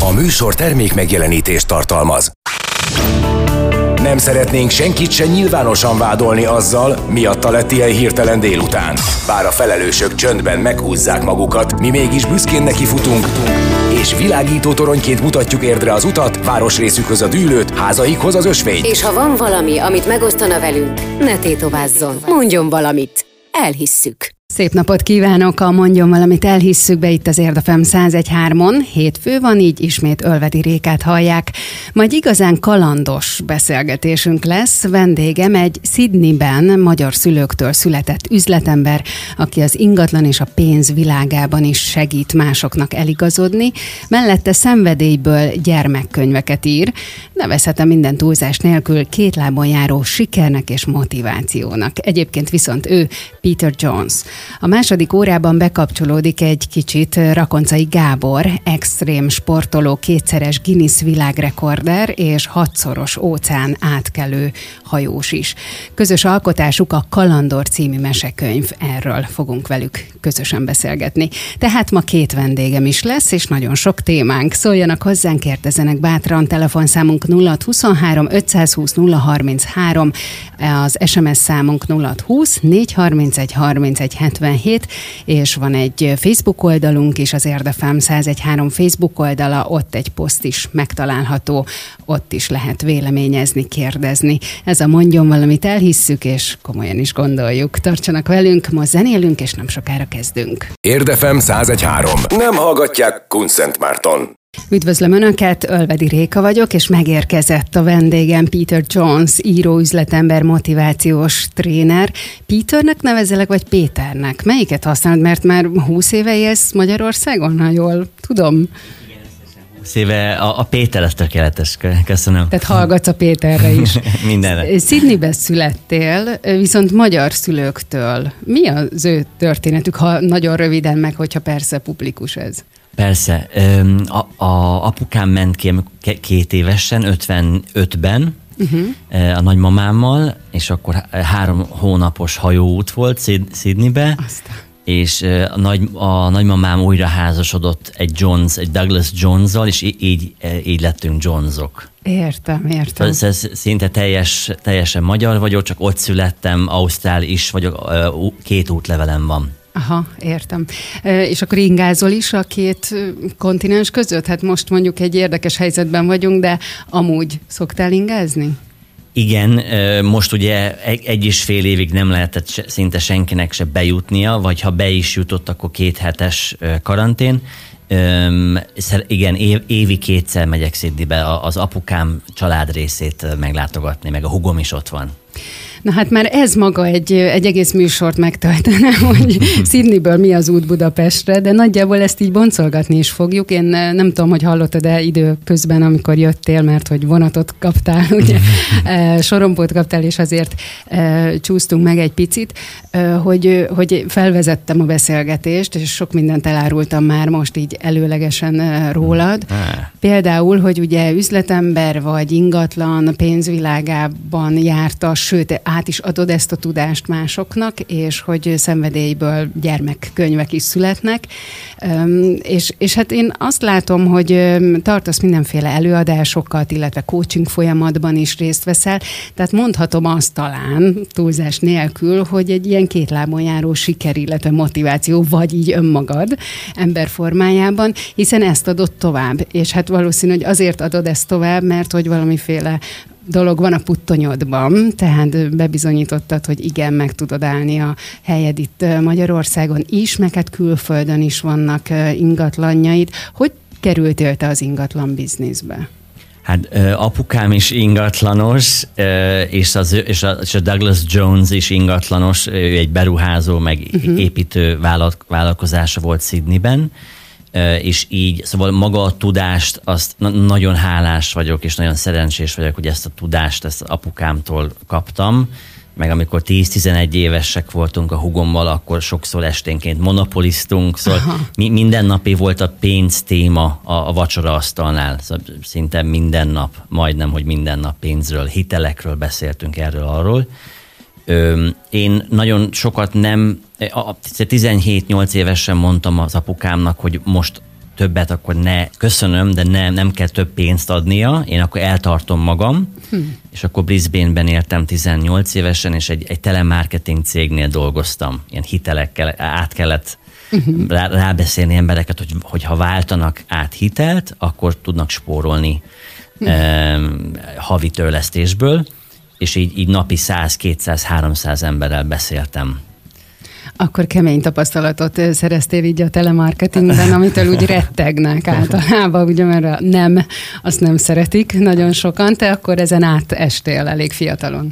A műsor termék megjelenítést tartalmaz. Nem szeretnénk senkit se nyilvánosan vádolni azzal, miatta lett ilyen hirtelen délután. Bár a felelősök csöndben meghúzzák magukat, mi mégis büszkén nekifutunk, és világító toronyként mutatjuk Érdre az utat, városrészükhöz a dűlőt, házaikhoz az ösvényt. És ha van valami, amit megosztana velünk, ne tétovázzon, mondjon valamit. Elhisszük. Szép napot kívánok, a Mondjon Valamit elhisszük be itt az Érd FM 101.3-on. Hétfő van, így ismét Ölvedi Rékát hallják. Majd igazán kalandos beszélgetésünk lesz. Vendégem egy Sydneyben magyar szülőktől született üzletember, aki az ingatlan és a pénz világában is segít másoknak eligazodni. Mellette szenvedélyből gyermekkönyveket ír. Nevezhetem minden túlzás nélkül két lábon járó sikernek és motivációnak. Egyébként viszont ő Peter Jones. A második órában bekapcsolódik egy kicsit Rakoncai Gábor, extrém sportoló, kétszeres Guinness világrekorder és 6-szoros óceán átkelő hajós is. Közös alkotásuk a Kalandor című mesekönyv, erről fogunk velük közösen beszélgetni. Tehát ma két vendégem is lesz, és nagyon sok témánk. Szóljanak hozzánk, kérdezzenek bátran, telefonszámunk 0623 520 033, az SMS számunk 0620 431 31 77, és van egy Facebook oldalunk is, az Érd FM 101.3 Facebook oldala, ott egy poszt is megtalálható, ott is lehet véleményezni, kérdezni. Ez a Mondjon Valamit elhisszük, és komolyan is gondoljuk. Tartsanak velünk, ma zenélünk, és nem sokára kezdünk. Érd FM 101.3. Nem hallgatják Kunszent Márton. Üdvözlöm Önöket, Ölvedi Réka vagyok, és megérkezett a vendégem Peter Jones, író, üzletember, motivációs tréner. Peternek nevezelek, vagy Péternek? Melyiket használod, mert már 20 éve élsz Magyarországon, ha jól tudom? 20 éve a Péter, ez tökéletes, köszönöm. Tehát hallgatsz a Péterre is. Mindenre. Sydneyben születtél, viszont magyar szülőktől. Mi az ő történetük, ha nagyon röviden, meg hogyha persze publikus ez? Persze. A apukám ment ki 2 évesen, 55-ben, a nagymamámmal, és akkor 3 hónapos hajóút volt Sydneybe, és a nagymamám újra házasodott egy Douglas Jones-zal, és így lettünk Jonesok. Értem. Ez szinte teljesen magyar vagyok, csak ott születtem, ausztrál is vagyok, 2 útlevelem van. Aha, értem. És akkor ingázol is a 2 kontinens között? Hát most mondjuk egy érdekes helyzetben vagyunk, de amúgy szoktál ingázni? Igen, most ugye 1,5 évig nem lehetett szinte senkinek se bejutnia, vagy ha be is jutott, akkor 2 hetes karantén. Igen, évi 2-szer megyek Sydneybe az apukám családrészét meglátogatni, meg a hugom is ott van. Na hát már ez maga egy egész műsort megtöltene, hogy Sydneyből mi az út Budapestre, de nagyjából ezt így boncolgatni is fogjuk. Én nem tudom, hogy hallottad-e időközben, amikor jöttél, mert hogy vonatot kaptál, ugye, sorompót kaptál, és azért csúsztunk meg egy picit, hogy felvezettem a beszélgetést, és sok mindent elárultam már most így előlegesen rólad. Például, hogy ugye üzletember vagy, ingatlan, pénzvilágában jártas, sőt, át is adod ezt a tudást másoknak, és hogy szenvedélyből gyermekkönyvek is születnek. És hát én azt látom, hogy tartasz mindenféle előadásokat, illetve coaching folyamatban is részt veszel, tehát mondhatom azt talán, túlzás nélkül, hogy egy ilyen 2 lábon járó siker, illetve motiváció, vagy így önmagad ember formájában, hiszen ezt adod tovább. És hát valószínű, hogy azért adod ezt tovább, mert hogy valamiféle dolog van a puttonyodban, tehát bebizonyítottad, hogy igen, meg tudod állni a helyed itt Magyarországon is, meg hát külföldön is vannak ingatlanjaid. Hogy kerültél te az ingatlan bizniszbe? Hát apukám is ingatlanos, és a Douglas Jones is ingatlanos, ő egy beruházó, meg építő vállalkozása volt Sydneyben, és így, szóval maga a tudást, azt nagyon hálás vagyok, és nagyon szerencsés vagyok, hogy ezt a tudást, ezt apukámtól kaptam, meg amikor 10-11 évesek voltunk a hugommal, akkor sokszor esténként monopoliztunk, szóval mindennapi volt a pénz téma a vacsoraasztalnál, szóval szinte minden nap, majdnem, hogy minden nap pénzről, hitelekről beszéltünk, arról. Én nagyon sokat nem, 17-8 évesen mondtam az apukámnak, hogy most többet, akkor ne, köszönöm, de nem kell több pénzt adnia, én akkor eltartom magam, és akkor Brisbane-ben éltem 18 évesen, és egy telemarketing cégnél dolgoztam, ilyen hitelekkel, át kellett rábeszélni embereket, hogy ha váltanak át hitelt, akkor tudnak spórolni havi törlesztésből, és így napi 100, 200, 300 emberrel beszéltem. Akkor kemény tapasztalatot szereztél így a telemarketingben, amitől úgy rettegnek általában, ugye, mert azt nem szeretik nagyon sokan, te akkor ezen átestél elég fiatalon.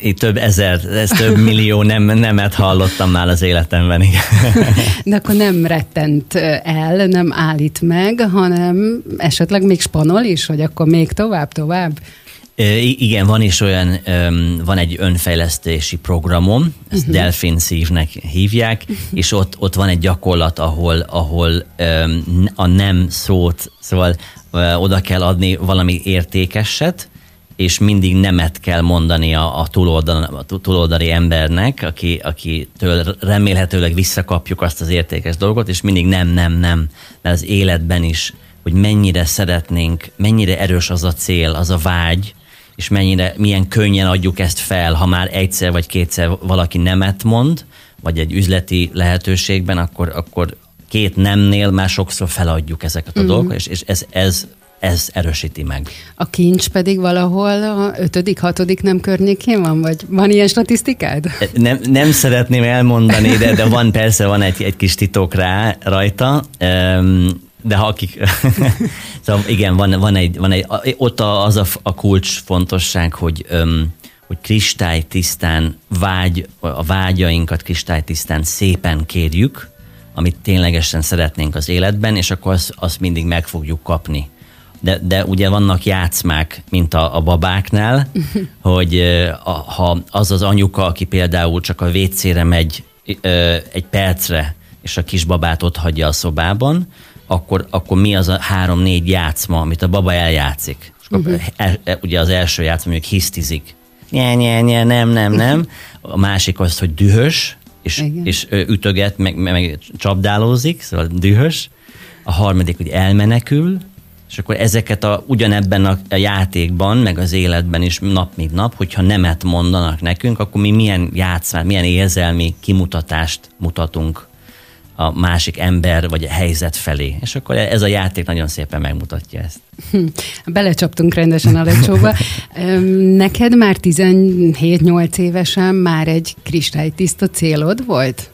Több millió nemet hallottam már az életemben. De akkor nem rettent el, nem állít meg, hanem esetleg még spanol is, hogy akkor még tovább? Igen, van is olyan, van egy önfejlesztési programom, ezt Delfin Szívnek hívják, és ott van egy gyakorlat, ahol a nem szót, szóval oda kell adni valami értékeset, és mindig nemet kell mondani a túloldali embernek, akitől remélhetőleg visszakapjuk azt az értékes dolgot, és mindig nem, mert az életben is, hogy mennyire szeretnénk, mennyire erős az a cél, az a vágy, és milyen könnyen adjuk ezt fel, ha már egyszer vagy kétszer valaki nemet mond, vagy egy üzleti lehetőségben, akkor két nemnél már sokszor feladjuk ezeket a dolgokat, és ez erősíti meg. A kincs pedig valahol a 5., 6. nem környékén van, vagy van ilyen statisztikád? Nem szeretném elmondani, de van egy kis titok rajta, de ha akik... szóval igen, van egy ott az a kulcsfontosság, hogy kristálytisztán a vágyainkat kristálytisztán szépen kérjük, amit ténylegesen szeretnénk az életben, és akkor azt mindig meg fogjuk kapni. De ugye vannak játszmák, mint a babáknál, hogy ha az anyuka, aki például csak a WC-re megy egy percre, és a kisbabát ott hagyja a szobában, akkor mi az a 3-4 játszma, amit a baba eljátszik. És akkor ugye az első játszma mondjuk hisztizik. Nem. A másik az, hogy dühös, és ütöget, meg csapdálózik, szóval dühös. A harmadik, hogy elmenekül, és akkor ezeket ugyanebben a játékban, meg az életben is nap mint nap, hogyha nemet mondanak nekünk, akkor mi milyen játszmát, milyen érzelmi kimutatást mutatunk a másik ember vagy a helyzet felé. És akkor ez a játék nagyon szépen megmutatja ezt. Belecsaptunk rendesen a lecsóba. Neked már 17-8 évesen már egy kristálytiszta célod volt?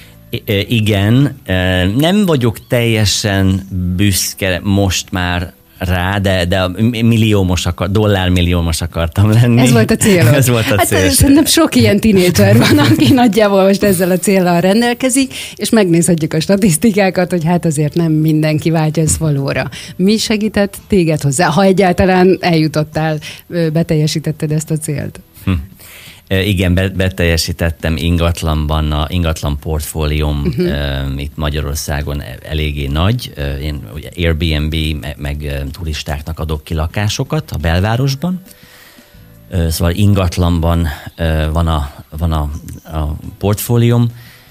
Igen. Nem vagyok teljesen büszke most már rá, de dollármilliómos akartam lenni. Ez volt a célod? Ez volt a cél. Szerintem sok ilyen tinédzser van, aki nagyjából most ezzel a céllal rendelkezik, és megnézhetjük a statisztikákat, hogy hát azért nem mindenki váltja ezt valóra. Mi segített téged hozzá, ha egyáltalán eljutottál, beteljesítetted ezt a célt? Igen, beteljesítettem ingatlanban, a ingatlan portfólióm itt Magyarországon eléggé nagy. Én ugye Airbnb, meg turistáknak adok ki lakásokat a belvárosban. Szóval ingatlanban van a portfólióm.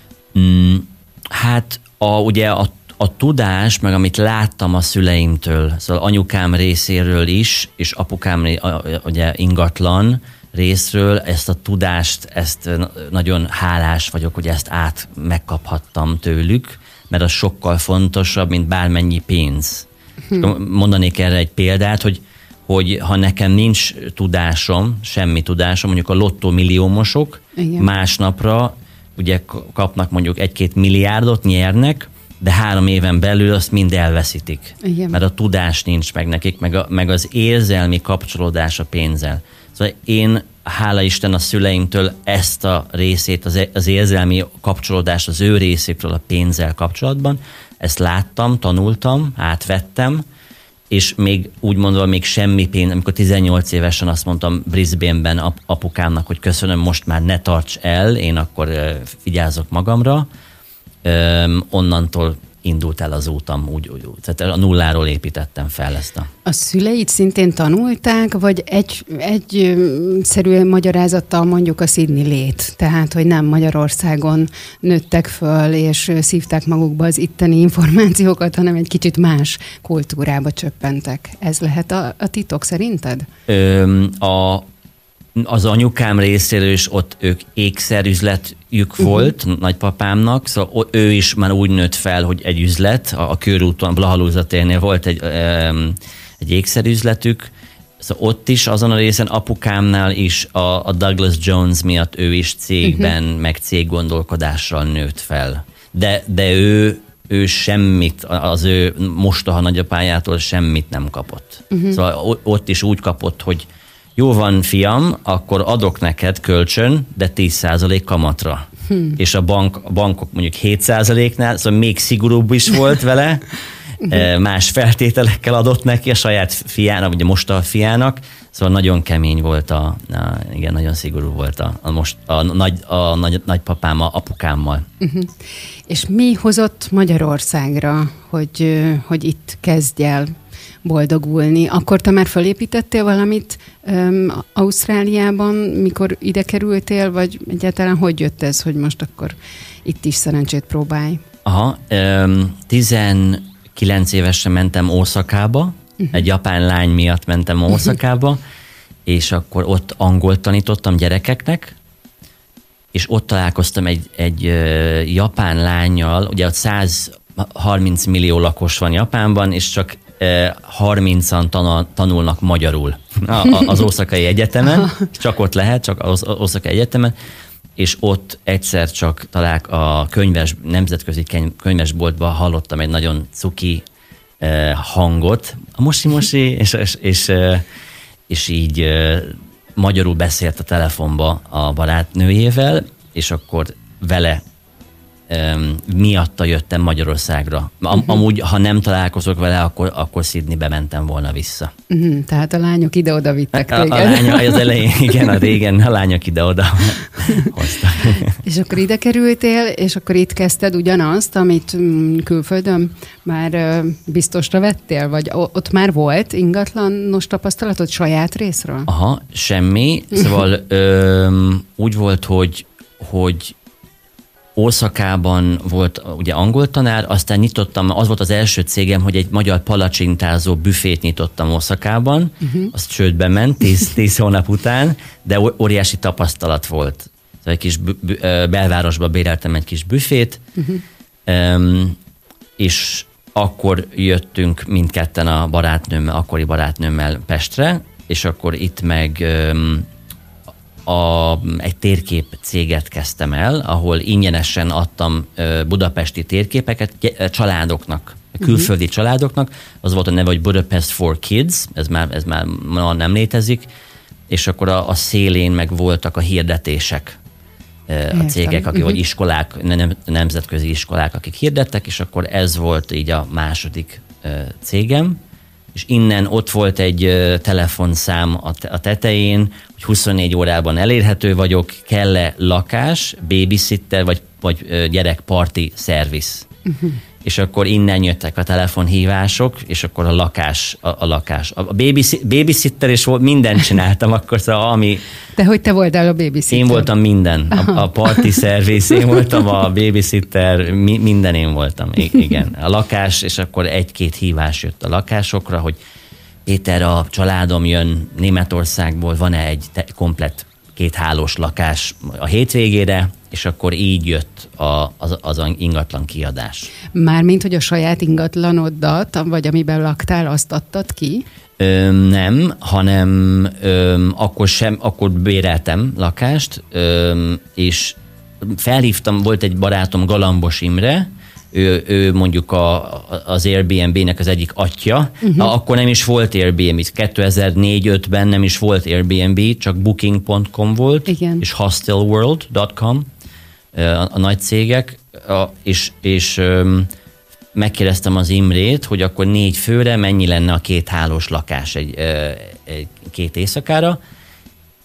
Hát ugye a tudás, meg amit láttam a szüleimtől, szóval anyukám részéről is, és apukám ugye ingatlan részről, ezt a tudást, ezt nagyon hálás vagyok, hogy ezt megkaphattam tőlük, mert az sokkal fontosabb, mint bármennyi pénz. Mondanék erre egy példát, hogy ha nekem nincs tudásom, semmi tudásom, mondjuk a lottó milliómosok, másnapra ugye kapnak mondjuk 1-2 milliárdot, nyernek, de 3 éven belül azt mind elveszítik. Igen. Mert a tudás nincs meg nekik, meg az érzelmi kapcsolódás a pénzzel. Szóval én, hála Isten a szüleimtől ezt a részét, az érzelmi kapcsolódást az ő részétől a pénzzel kapcsolatban, ezt láttam, tanultam, átvettem, és még úgy mondva még semmi pénz, amikor 18 évesen azt mondtam Brisbane-ben apukámnak, hogy köszönöm, most már ne tarts el, én akkor vigyázok magamra. Onnantól indult el az útam, úgy. Tehát a nulláról építettem fel ezt A szüleid szintén tanulták, vagy egyszerű magyarázattal mondjuk a Sydney lét? Tehát, hogy nem Magyarországon nőttek föl, és szívták magukba az itteni információkat, hanem egy kicsit más kultúrába csöppentek. Ez lehet a titok szerinted? Az anyukám részéről is ott ők ékszerüzletjük volt nagypapámnak, szóval ő is már úgy nőtt fel, hogy egy üzlet, a körúton, Blahalúza térnél volt egy ékszerüzletük, szóval ott is azon a részen apukámnál is a Douglas Jones miatt ő is cégben, meg céggondolkodással nőtt fel. De ő semmit, az ő mostoha nagyapájától semmit nem kapott. Szóval ott is úgy kapott, hogy jó van, fiam, akkor adok neked kölcsön, de 10% kamatra. És a bankok mondjuk 7%-nál, szóval még szigorúbb is volt vele, más feltételekkel adott neki a saját fiának, vagy most a fiának, szóval nagyon kemény volt igen, nagyon szigorú volt a nagypapám, apukámmal. És mi hozott Magyarországra, hogy itt kezdj el boldogulni? Akkor te már felépítettél valamit Ausztráliában, mikor ide kerültél, vagy egyáltalán hogy jött ez, hogy most akkor itt is szerencsét próbálj? 19 évesen mentem Ószakába, egy japán lány miatt mentem Ószakába, és akkor ott angolt tanítottam gyerekeknek, és ott találkoztam egy japán lánnyal, ugye ott 130 millió lakos van Japánban, és csak 30-an tanulnak magyarul az Ószakai Egyetemen, csak ott lehet, csak az Ószakai Egyetemen, és ott egyszer csak a nemzetközi könyvesboltban hallottam egy nagyon cuki hangot, a mosi-mosi, és így magyarul beszélt a telefonba a barátnőjével, és akkor vele miatta jöttem Magyarországra. Amúgy, ha nem találkozok vele, akkor Sydneybe mentem volna vissza. Tehát a lányok ide-oda vittek téged. A lányok az elején, igen, régen a lányok ide-oda hoztak. És akkor ide kerültél, és akkor itt kezdted ugyanazt, amit külföldön már biztosra vettél? Vagy ott már volt ingatlanos tapasztalatod saját részről? Aha, semmi. Szóval úgy volt, hogy Ószakában volt ugye angol tanár, aztán nyitottam, az volt az első cégem, hogy egy magyar palacsintázó büfét nyitottam Ószakában, az csődbe ment 10 hónap után, de óriási tapasztalat volt. Szóval egy kis belvárosba béreltem egy kis büfét, és akkor jöttünk mindketten akkori barátnőmmel Pestre, és akkor itt meg egy térkép céget kezdtem el, ahol ingyenesen adtam budapesti térképeket családoknak, külföldi családoknak. Az volt a neve, hogy Budapest for Kids, ez már nem létezik, és akkor a szélén meg voltak a hirdetések, a cégek, vagy iskolák, nemzetközi iskolák, akik hirdettek, és akkor ez volt így a második cégem, és innen ott volt egy telefonszám a tetején, hogy 24 órában elérhető vagyok, kell-e lakás, babysitter vagy gyerekparti szerviz. És akkor innen jöttek a telefonhívások, és akkor a lakás. A babysitter és mindent csináltam akkor, szóval ami... De hogy te voltál a babysitter? Én voltam minden. A parti szerviz, én voltam a babysitter, minden én voltam. Igen. A lakás, és akkor 1-2 hívás jött a lakásokra, hogy Péter, a családom jön Németországból, van-e egy komplett 2 hálós lakás a hétvégére, és akkor így jött az ingatlan kiadás. Mármint, hogy a saját ingatlanodat, vagy amiben laktál, azt adtad ki? Nem, hanem akkor béreltem lakást, és felhívtam, volt egy barátom, Galambos Imre, ő mondjuk az Airbnb-nek az egyik atya. Akkor nem is volt Airbnb. 2004-5-ben nem is volt Airbnb, csak booking.com volt, igen. És hostelworld.com a nagy cégek, és megkérdeztem az Imrét, hogy akkor 4 főre mennyi lenne a 2 hálós lakás egy 2 éjszakára, és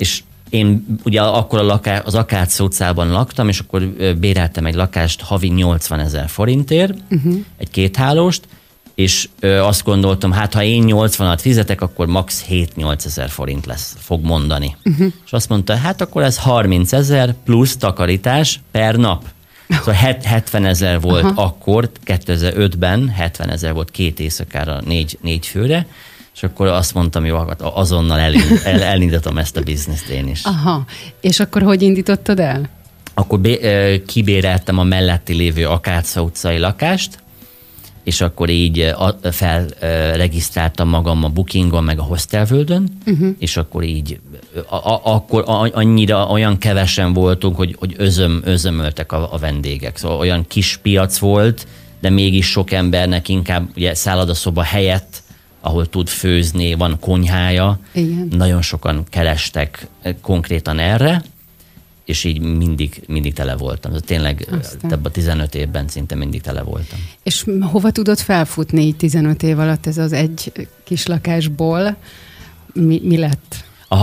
Én ugye akkor az Akác utcában laktam, és akkor béreltem egy lakást havi 80 000 forintért, egy kéthálóst, és azt gondoltam, hát ha én 80-at fizetek, akkor max. 7-8 000 forint fog mondani. És azt mondta, hát akkor ez 30 000 plusz takarítás per nap. Szóval 70 000 volt akkor, 2005-ben 70 000 volt 2 éjszakára 4 főre, és akkor azt mondtam, jó, azonnal elindítom ezt a bizniszt én is. Aha, és akkor hogy indítottad el? Akkor kibéreltem a melletti lévő Akáca utcai lakást, és akkor így felregisztráltam magam a Bookingon, meg a Hostelworldön, és akkor így, akkor annyira olyan kevesen voltunk, hogy özömöltek a vendégek. Szóval olyan kis piac volt, de mégis sok embernek inkább ugye szállodaszoba helyett, ahol tud főzni, van konyhája. Igen. Nagyon sokan kerestek konkrétan erre, és így mindig tele voltam. Tényleg ebben a 15 évben szinte mindig tele voltam. És hova tudod felfutni így 15 év alatt ez az egy kis lakásból? Mi lett?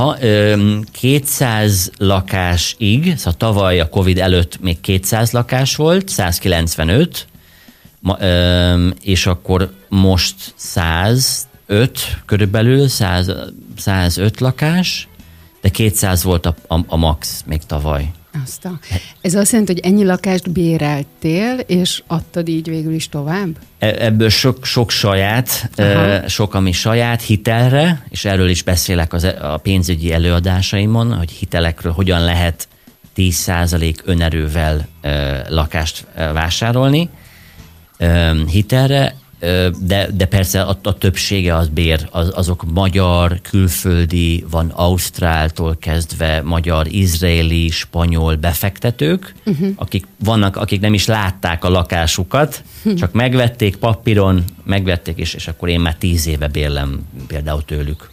200 lakásig, szóval tavaly a Covid előtt még 200 lakás volt, 195, és akkor most 105, körülbelül 105 lakás, de 200 volt a max még tavaly. Ez azt jelenti, hogy ennyi lakást béreltél, és adtad így végül is tovább? Ebből sok saját, sok ami saját hitelre, és erről is beszélek a pénzügyi előadásaimon, hogy hitelekről hogyan lehet 10% önerővel lakást vásárolni hitelre, de persze a többsége az bér, azok magyar, külföldi, van ausztráltól kezdve, magyar, izraeli, spanyol befektetők, akik nem is látták a lakásukat, csak megvették papíron, és akkor én már 10 éve bérlem például tőlük.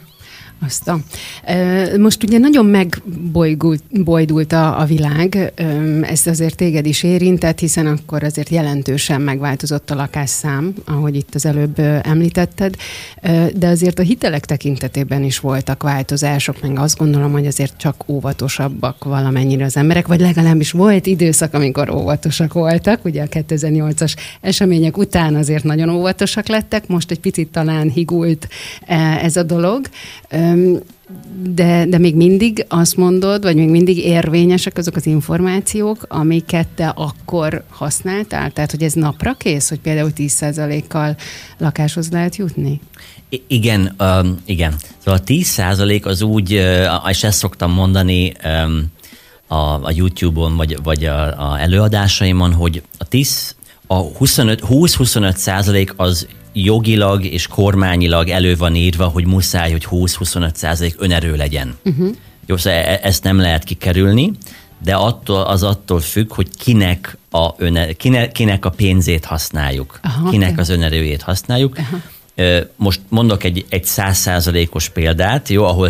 Most ugye nagyon megbojdult a világ, ez azért téged is érintett, hiszen akkor azért jelentősen megváltozott a lakásszám, ahogy itt az előbb említetted, de azért a hitelek tekintetében is voltak változások, meg azt gondolom, hogy azért csak óvatosabbak valamennyire az emberek, vagy legalábbis volt időszak, amikor óvatosak voltak, ugye a 2008-as események után azért nagyon óvatosak lettek, most egy picit talán higult ez a dolog, de még mindig azt mondod, vagy még mindig érvényesek azok az információk, amiket te akkor használtál? Tehát, hogy ez napra kész, hogy például 10%-kal lakáshoz lehet jutni? Igen. Szóval a 10% az úgy, és ezt szoktam mondani a YouTube-on, vagy a előadásaimon, hogy a 20-25% az jogilag és kormányilag elő van írva, hogy muszáj, hogy 20-25% önerő legyen. Jó, szóval ezt nem lehet kikerülni, de attól függ, hogy kinek a pénzét használjuk, kinek az önerőjét használjuk. Most mondok egy 100%-os példát, jó, ahol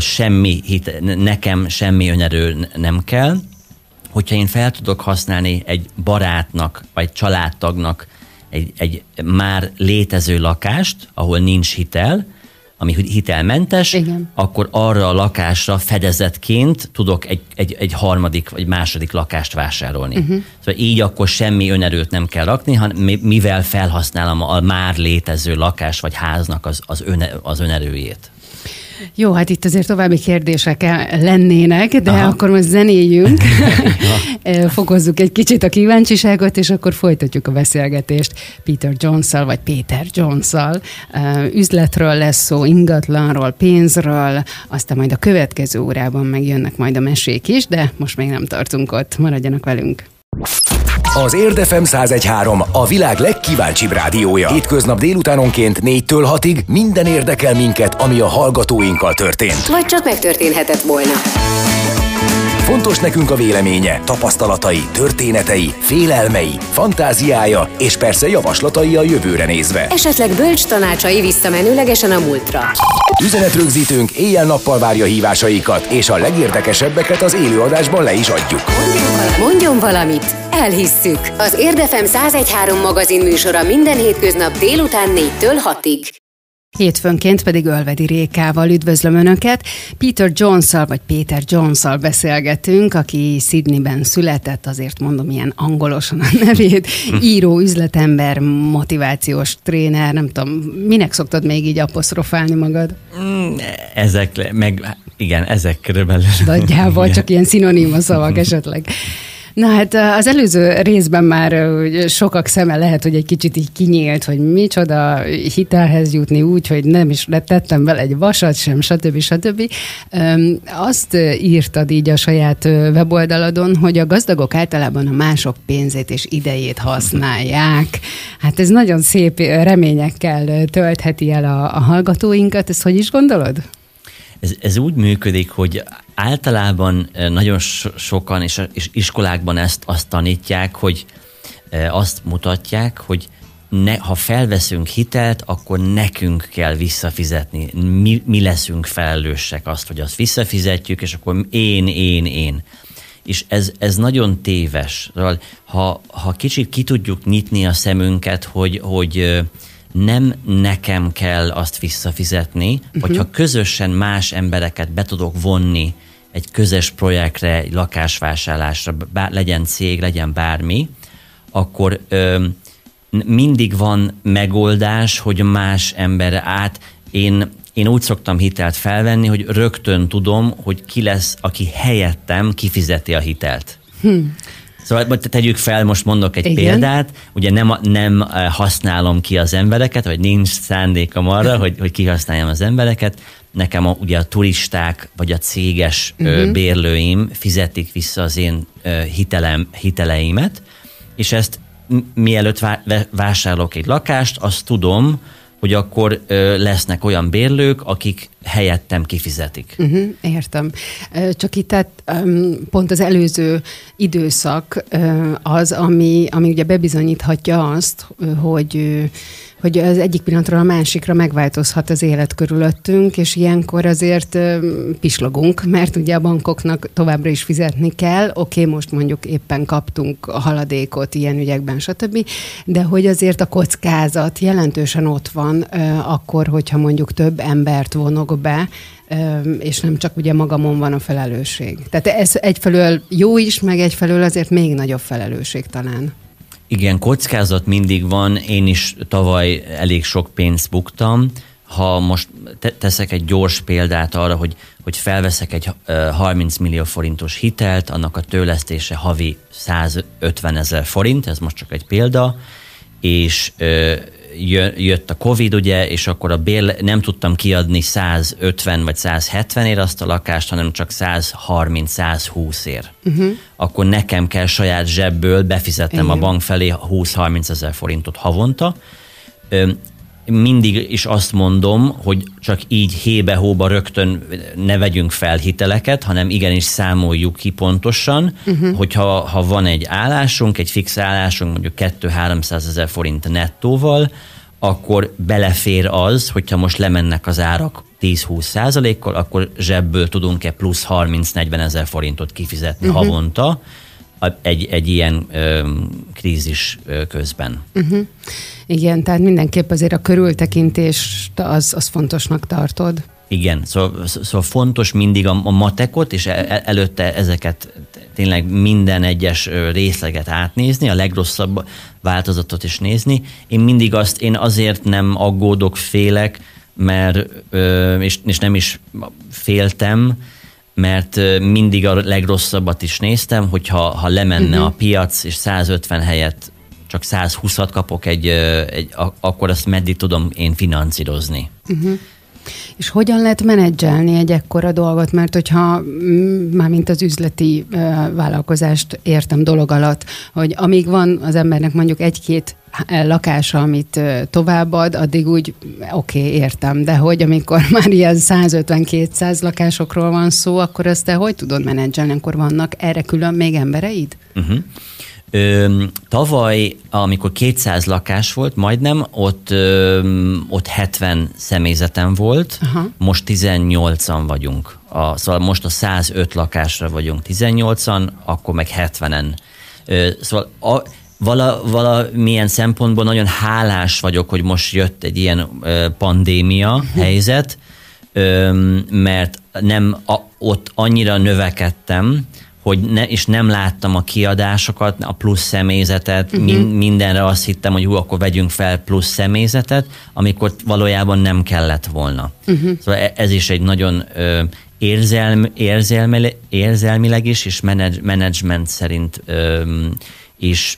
nekem semmi önerő nem kell. Hogyha én fel tudok használni egy barátnak, vagy családtagnak egy már létező lakást, ahol nincs hitel, ami hitelmentes, igen, akkor arra a lakásra fedezetként tudok egy harmadik vagy második lakást vásárolni. Szóval így akkor semmi önerőt nem kell rakni, hanem mivel felhasználom a már létező lakás vagy háznak az önerőjét. Jó, hát itt azért további kérdések lennének, de akkor most zenéljünk, fokozzuk egy kicsit a kíváncsiságot, és akkor folytatjuk a beszélgetést Peter Jones-szal, vagy Péter Jones-szal. Üzletről lesz szó, ingatlanról, pénzről, aztán majd a következő órában megjönnek majd a mesék is, de most még nem tartunk ott. Maradjanak velünk! Az Érd FM 101.3 a világ legkíváncsibb rádiója. Hétköznap délutánonként 4-től 6-ig minden érdekel minket, ami a hallgatóinkkal történt. Vagy csak megtörténhetett volna. Fontos nekünk a véleménye, tapasztalatai, történetei, félelmei, fantáziája és persze javaslatai a jövőre nézve. Esetleg bölcs tanácsai visszamenőlegesen a múltra. Üzenetrögzítőnk éjjel-nappal várja hívásaikat, és a legérdekesebbeket az élőadásban le is adjuk. Mondjon valamit, elhisszük. Az Érd FM 101.3 magazin műsora minden hétköznap délután 4-től 6-ig. Hétfőnként pedig Ölvedi Rékával üdvözlöm Önöket. Péter Jones-szal beszélgetünk, aki Sydneyben született, azért mondom ilyen angolosan a nevét, író, üzletember, motivációs tréner, nem tudom, minek szoktad még így apostrofálni magad? Ezek körülbelül. Nagyjából, csak ilyen szinonima szavak esetleg. Na hát az előző részben már sokak szeme lehet, hogy egy kicsit így kinyílt, hogy micsoda hitelhez jutni úgy, hogy nem is tettem bele egy vasat sem, stb. Azt írtad így a saját weboldaladon, hogy a gazdagok általában a mások pénzét és idejét használják. Hát ez nagyon szép reményekkel töltheti el a hallgatóinkat. Ezt hogy is gondolod? Ez úgy működik, hogy általában nagyon sokan, és iskolákban azt tanítják, hogy azt mutatják, hogy ha felveszünk hitelt, akkor nekünk kell visszafizetni. Mi leszünk felelősek azt, hogy azt visszafizetjük, és akkor én. És ez nagyon téves. Ha kicsit ki tudjuk nyitni a szemünket, hogy nem nekem kell azt visszafizetni, vagy ha közösen más embereket be tudok vonni egy közös projektre, egy lakásvásárlásra, legyen cég, legyen bármi, akkor mindig van megoldás, hogy más emberre én úgy szoktam hitelt felvenni, hogy rögtön tudom, hogy ki lesz, aki helyettem kifizeti a hitelt. Szóval tegyük fel, most mondok egy példát, ugye nem használom ki az embereket, vagy nincs szándékom arra, hogy kihasználjam az embereket. Nekem ugye a turisták, vagy a céges bérlőim fizetik vissza az én hiteleimet, és ezt mielőtt vásárolok egy lakást, azt tudom, hogy akkor lesznek olyan bérlők, akik helyettem kifizetik. Értem. Csak itt pont az előző időszak az, ami ugye bebizonyíthatja azt, hogy az egyik pillanatról a másikra megváltozhat az élet körülöttünk, és ilyenkor azért pislogunk, mert ugye a bankoknak továbbra is fizetni kell. Oké, most mondjuk éppen kaptunk a haladékot ilyen ügyekben, stb., de hogy azért a kockázat jelentősen ott van akkor, hogyha mondjuk több embert vonok be, és nem csak ugye magamon van a felelősség. Tehát ez egyfelől jó is, meg egyfelől azért még nagyobb felelősség talán. Igen, kockázat mindig van, én is tavaly elég sok pénzt buktam. Ha most teszek egy gyors példát arra, hogy felveszek egy 30 millió forintos hitelt, annak a törlesztése havi 150 000 forint, ez most csak egy példa, és jött a Covid, ugye, és akkor nem tudtam kiadni 150 vagy 170 ér azt a lakást, hanem csak 130-120 ér. Akkor nekem kell saját zsebből befizetnem a bank felé 20-30 000 forintot havonta. Mindig is azt mondom, hogy csak így hébe-hóba rögtön ne vegyünk fel hiteleket, hanem igenis számoljuk ki pontosan, hogyha van egy állásunk, egy fix állásunk, mondjuk 200-300 000 forint nettóval, akkor belefér az, hogyha most lemennek az árak 10-20%-kal, akkor zsebből tudunk-e plusz 30-40 000 forintot kifizetni havonta egy ilyen krízis közben. Igen, tehát mindenképp azért a körültekintést az fontosnak tartod. Igen, szóval fontos mindig a matekot, és előtte ezeket tényleg minden egyes részleget átnézni, a legrosszabb változatot is nézni. Én azért nem aggódok, félek, mert, és nem is féltem, mert mindig a legrosszabbat is néztem, hogyha lemenne a piac, és 150 helyett csak 120-at kapok, akkor azt meddig tudom én finanszírozni. És hogyan lehet menedzselni egy ekkora dolgot? Mert hogyha mármint az üzleti vállalkozást értem dolog alatt, hogy amíg van az embernek mondjuk egy-két lakása, amit továbbad, addig úgy oké, értem, de hogy amikor már ilyen 150-200 lakásokról van szó, akkor ezt te hogy tudod menedzselni, akkor vannak erre külön még embereid? Tavaly, amikor 200 lakás volt, majdnem, ott 70 személyzetem volt, most 18-an vagyunk. Szóval most a 105 lakásra vagyunk 18-an, akkor meg 70-en. Szóval valamilyen szempontból nagyon hálás vagyok, hogy most jött egy ilyen pandémia helyzet, mert ott annyira növekedtem, hogy és nem láttam a kiadásokat, a plusz személyzetet, mindenre azt hittem, hogy akkor vegyünk fel plusz személyzetet, amikor valójában nem kellett volna. Szóval ez is egy nagyon érzelmileg is, és menedzsment szerint is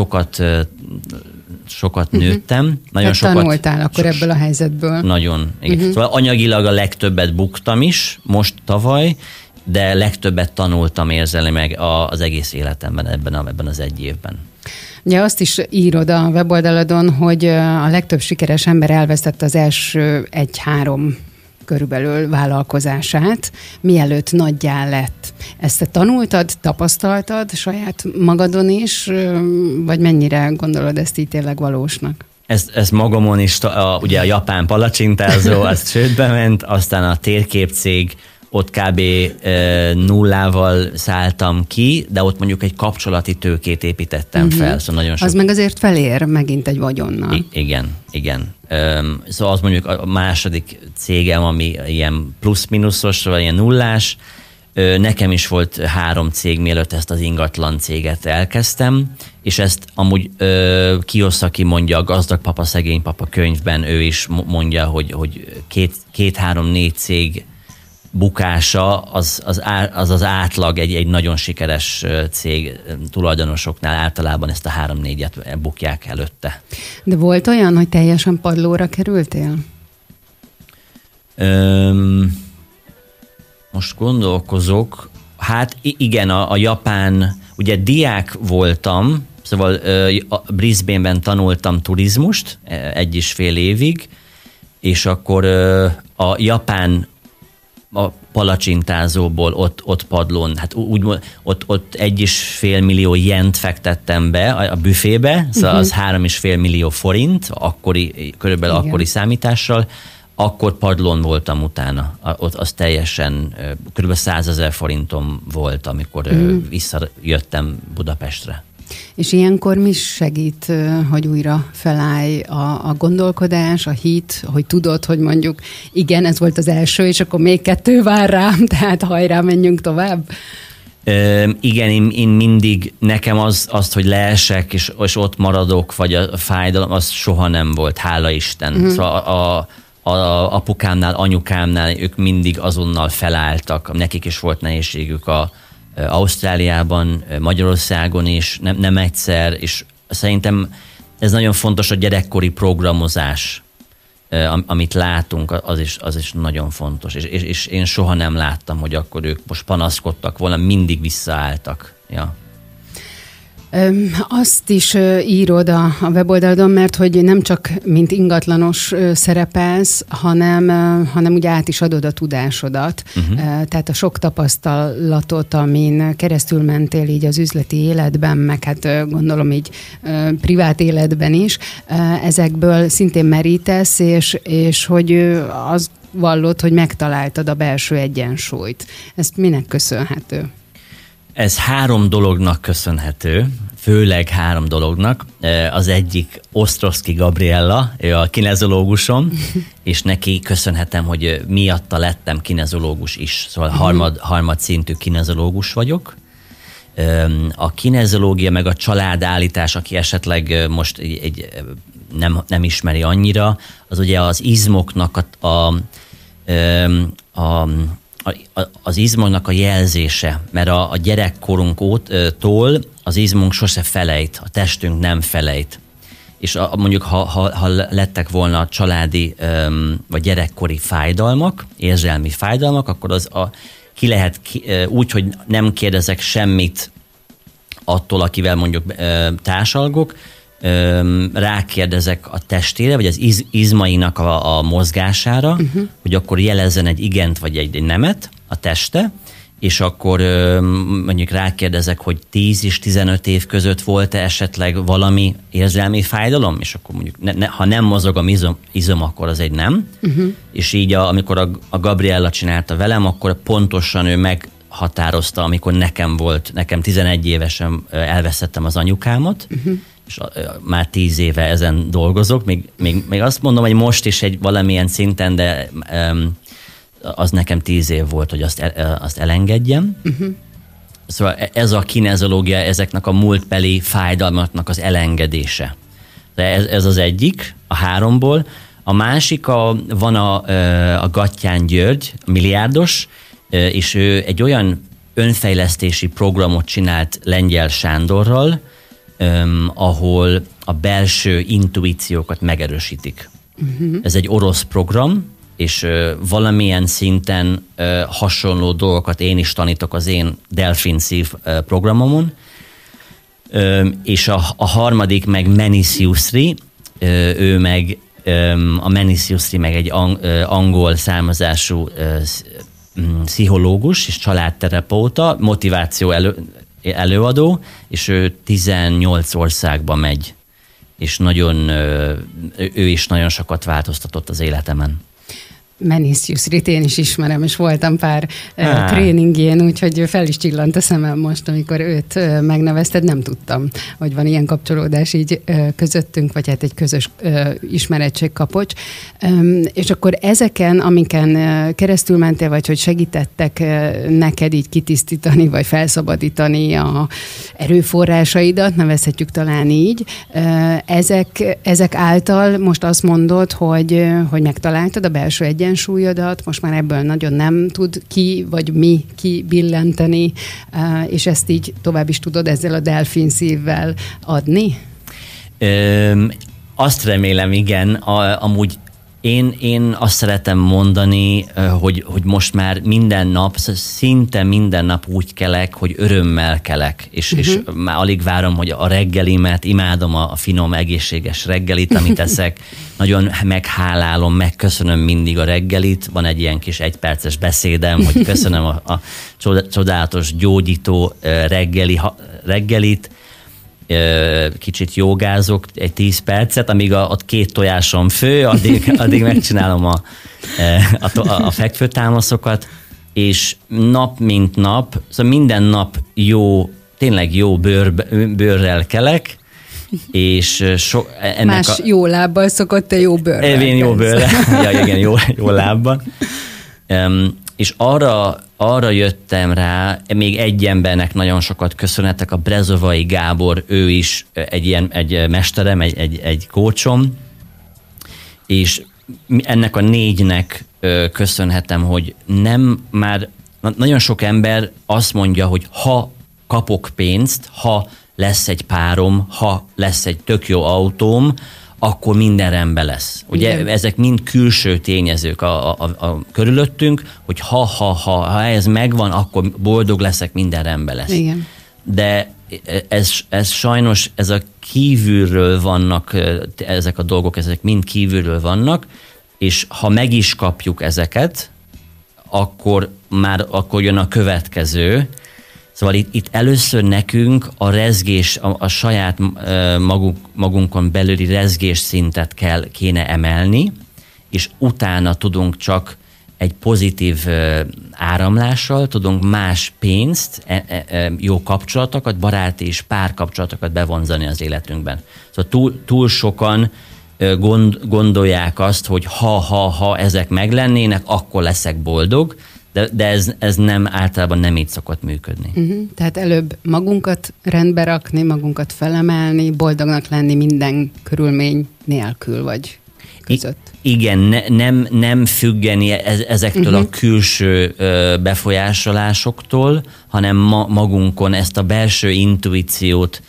sokat nőttem. Nagyon sokat tanultál akkor ebből a helyzetből. Nagyon. Igen. Szóval anyagilag a legtöbbet buktam is, most tavaly, de legtöbbet tanultam érzelmileg az egész életemben ebben az egy évben. Ugye azt is írod a weboldaladon, hogy a legtöbb sikeres ember elvesztette az első 1-3 körülbelül vállalkozását, mielőtt nagyjá lett. Ezt te tanultad, tapasztaltad saját magadon is, vagy mennyire gondolod ezt így tényleg valósnak? Ezt magamon is, ugye a japán palacsintázó, azt csődbe ment, aztán a térképcég, ott kb. Nullával szálltam ki, de ott mondjuk egy kapcsolati tőkét építettem fel. Szóval nagyon sok... Az meg azért felér megint egy vagyonnal. Igen. Szóval az mondjuk a második cégem, ami ilyen plusz-minuszos, vagy ilyen nullás. Nekem is volt 3 cég, mielőtt ezt az ingatlan céget elkezdtem, és ezt amúgy Kiyosaki mondja a Gazdag papa, szegény papa könyvben, ő is mondja, hogy 2-3-4 cég bukása az átlag egy nagyon sikeres cég tulajdonosoknál általában ezt a 3-4-et bukják előtte. De volt olyan, hogy teljesen padlóra kerültél? Most gondolkozok. Hát igen, a japán, ugye diák voltam, szóval Brisbane-ben tanultam turizmust 1,5 évig, és akkor a japán a palacsintázóból ott padlón, hát úgy ott 1,5 millió jent fektettem be a büfébe, szóval az 3,5 millió forint, körülbelül akkori számítással, akkor padlón voltam utána. Ott az teljesen kb. 100 000 forintom volt, amikor visszajöttem Budapestre. És ilyenkor mi segít, hogy újra felállj a gondolkodás, a hit, hogy tudod, hogy mondjuk igen, ez volt az első, és akkor még 2 vár rám, tehát hajrá, menjünk tovább? Igen, én mindig, nekem azt, hogy leesek, és ott maradok, vagy a fájdalom, az soha nem volt, hála Isten. Szóval a apukámnál, anyukámnál ők mindig azonnal felálltak, nekik is volt nehézségük Ausztráliában, Magyarországon is, nem egyszer, és szerintem ez nagyon fontos, a gyerekkori programozás, amit látunk, az is nagyon fontos, és én soha nem láttam, hogy akkor ők most panaszkodtak volna, mindig visszaálltak. Ja. Azt is írod a weboldalon, mert hogy nem csak mint ingatlanos szerepelsz, hanem ugye át is adod a tudásodat. Tehát a sok tapasztalatot, amin keresztül mentél így az üzleti életben, meg hát gondolom így privát életben is, ezekből szintén merítesz, és hogy azt vallod, hogy megtaláltad a belső egyensúlyt. Ezt minek köszönhető? Ez 3 dolognak köszönhető, főleg 3 dolognak. Az egyik Ostrowski Gabriella, ő a kinezológusom, és neki köszönhetem, hogy miatta lettem kinezológus is. Szóval harmad szintű kinezológus vagyok. A kinezológia meg a családállítás, aki esetleg most nem ismeri annyira, az ugye az izmoknak az izmoknak a jelzése, mert a gyerekkorunktól az izmunk sose felejt, a testünk nem felejt. És mondjuk, ha lettek volna családi vagy gyerekkori fájdalmak, érzelmi fájdalmak, akkor ki lehet úgy, hogy nem kérdezek semmit attól, akivel mondjuk társalgok, rákérdezek a testére, vagy az izmainak a mozgására, hogy akkor jelezzen egy igent, vagy egy nemet a teste, és akkor mondjuk rákérdezek, hogy 10 és 15 év között volt-e esetleg valami érzelmi fájdalom, és akkor mondjuk ha nem mozog a izom, akkor az egy nem. És így amikor a Gabriella csinálta velem, akkor pontosan ő meghatározta, amikor nekem 11 évesen elvesztettem az anyukámat, és már 10 éve ezen dolgozok. Még azt mondom, hogy most is egy valamilyen szinten, de az nekem 10 év volt, hogy azt elengedjem. Szóval ez a kinezológia, ezeknek a múltbeli fájdalmaknak az elengedése. De ez az egyik, a 3-ból. A másik, van a Gattyán György, milliárdos, és ő egy olyan önfejlesztési programot csinált Lengyel Sándorral, ahol a belső intuíciókat megerősítik. Ez egy orosz program, és valamilyen szinten hasonló dolgokat én is tanítok az én Delfin Szív programomon, és a harmadik meg Menis Jusri, ő meg a Menis Jusri meg egy angol származású pszichológus és családterapeuta, motiváció előadó, és ő 18 országba megy, és ő is nagyon sokat változtatott az életemen. Menis Jusrit én is ismerem, és voltam pár tréningjén, úgyhogy fel is csillant a szemem most, amikor őt megnevezted, nem tudtam, hogy van ilyen kapcsolódás így közöttünk, vagy hát egy közös ismeretségkapocs. És akkor ezeken, amiken keresztül mentél, vagy hogy segítettek neked így kitisztítani, vagy felszabadítani a erőforrásaidat, nevezhetjük talán így, ezek által most azt mondod, hogy megtaláltad a belső egyensúlyodat, most már ebből nagyon nem tud ki, vagy mi kibillenteni, és ezt így tovább is tudod ezzel a Delfin Szívvel adni? Azt remélem, igen. Amúgy én azt szeretem mondani, hogy most már minden nap, szinte minden nap úgy kelek, hogy örömmel kelek, és már alig várom, hogy a reggelimet, imádom a finom, egészséges reggelit, amit eszek, nagyon meghálálom, megköszönöm mindig a reggelit, van egy ilyen kis 1 perces beszédem, hogy köszönöm a csodálatos, gyógyító reggelit, kicsit jogázok egy 10 percet, amíg ott 2 tojásom fő, addig megcsinálom a fekvőtámaszokat, és nap mint nap, szóval minden nap tényleg jó bőrrel kelek, és ennek más jó lábbal szokott, te jó bőrrel. Én jó bőrrel, ja, igen, jó lábban. És arra jöttem rá, még egy embernek nagyon sokat köszönhetek, a Brezovai Gábor, ő is egy mesterem, egy coachom, és ennek a 4-nek köszönhetem, hogy már nagyon sok ember azt mondja, hogy ha kapok pénzt, ha lesz egy párom, ha lesz egy tök jó autóm, akkor minden rendben lesz. Ugye igen. Ezek mind külső tényezők a körülöttünk, hogy ha ez megvan, akkor boldog leszek, minden rendben lesz. Igen. De ez sajnos, ez a kívülről vannak, ezek a dolgok, ezek mind kívülről vannak, és ha meg is kapjuk ezeket, akkor jön a következő. Szóval itt először nekünk a rezgés, a saját magunkon belüli rezgés szintet kéne emelni, és utána tudunk csak egy pozitív áramlással, tudunk más pénzt, jó kapcsolatokat, baráti és párkapcsolatokat bevonzani az életünkben. Szóval túl sokan gondolják azt, hogy ha ezek meglennének, akkor leszek boldog, de ez általában nem így szokott működni. Tehát előbb magunkat rendbe rakni, magunkat felemelni, boldognak lenni minden körülmény nélkül vagy között. Igen, nem függeni ezektől a külső befolyásolásoktól, hanem magunkon ezt a belső intuíciót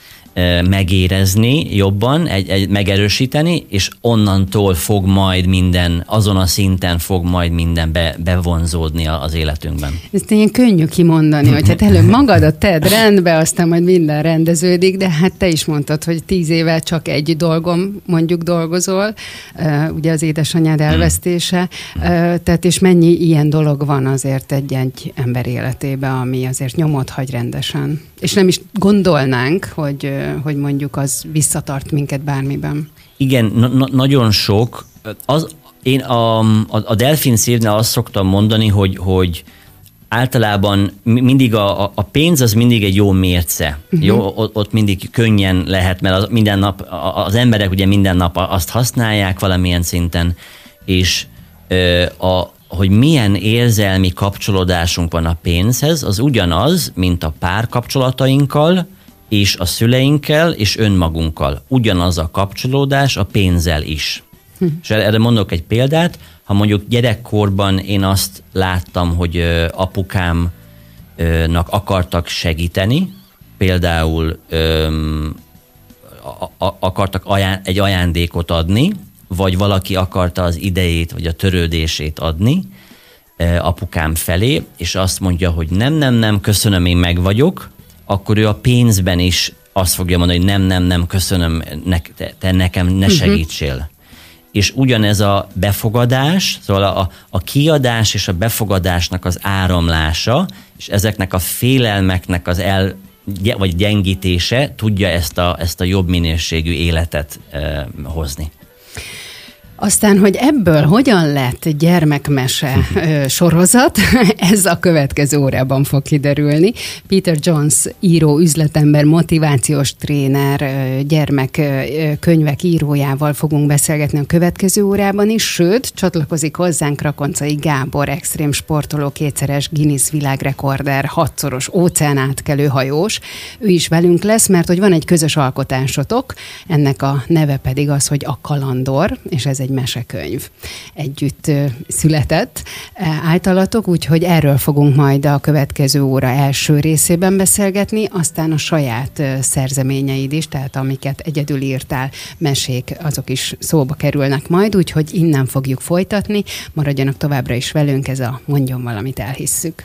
megérezni jobban, megerősíteni, és onnantól fog majd minden, azon a szinten fog majd minden bevonzódni az életünkben. Ezt ilyen könnyű kimondani, hogy hát előbb magadat tedd rendbe, aztán majd minden rendeződik, de hát te is mondtad, hogy 10 éve csak egy dolgom mondjuk dolgozol, ugye az édesanyád elvesztése, tehát és mennyi ilyen dolog van azért egy ember életében, ami azért nyomot hagy rendesen. És nem is gondolnánk, hogy mondjuk az visszatart minket bármiben. Igen, nagyon sok. Én a Delfin Szívnél azt szoktam mondani, hogy általában mindig a pénz az mindig egy jó mérce. Jó? Ott mindig könnyen lehet, mert minden nap, az emberek ugye minden nap azt használják valamilyen szinten, és hogy milyen érzelmi kapcsolódásunk van a pénzhez, az ugyanaz, mint a párkapcsolatainkkal, és a szüleinkkel, és önmagunkkal. Ugyanaz a kapcsolódás a pénzzel is. És erre mondok egy példát, ha mondjuk gyerekkorban én azt láttam, hogy apukámnak akartak segíteni, például akartak egy ajándékot adni, vagy valaki akarta az idejét, vagy a törődését adni apukám felé, és azt mondja, hogy nem, köszönöm, én meg vagyok, akkor ő a pénzben is azt fogja mondani, hogy nem, köszönöm, te nekem ne segítsél. És ugyanez a befogadás, szóval a kiadás és a befogadásnak az áramlása, és ezeknek a félelmeknek az vagy gyengítése tudja ezt a jobb minőségű életet hozni. Aztán, hogy ebből hogyan lett gyermekmese sorozat, ez a következő órában fog kiderülni. Peter Jones író, üzletember, motivációs tréner, gyermekkönyvek írójával fogunk beszélgetni a következő órában is, sőt, csatlakozik hozzánk Rakoncai Gábor, extrém sportoló, 2-szeres Guinness világrekorder, 6-szoros óceánátkelő hajós. Ő is velünk lesz, mert hogy van egy közös alkotásotok, ennek a neve pedig az, hogy a Kalandor, és ez egy mesekönyv. Együtt született általatok, úgyhogy erről fogunk majd a következő óra első részében beszélgetni, aztán a saját szerzeményeid is, tehát amiket egyedül írtál, mesék, azok is szóba kerülnek majd, úgyhogy innen fogjuk folytatni. Maradjanak továbbra is velünk, ez a Mondjon valamit, elhisszük.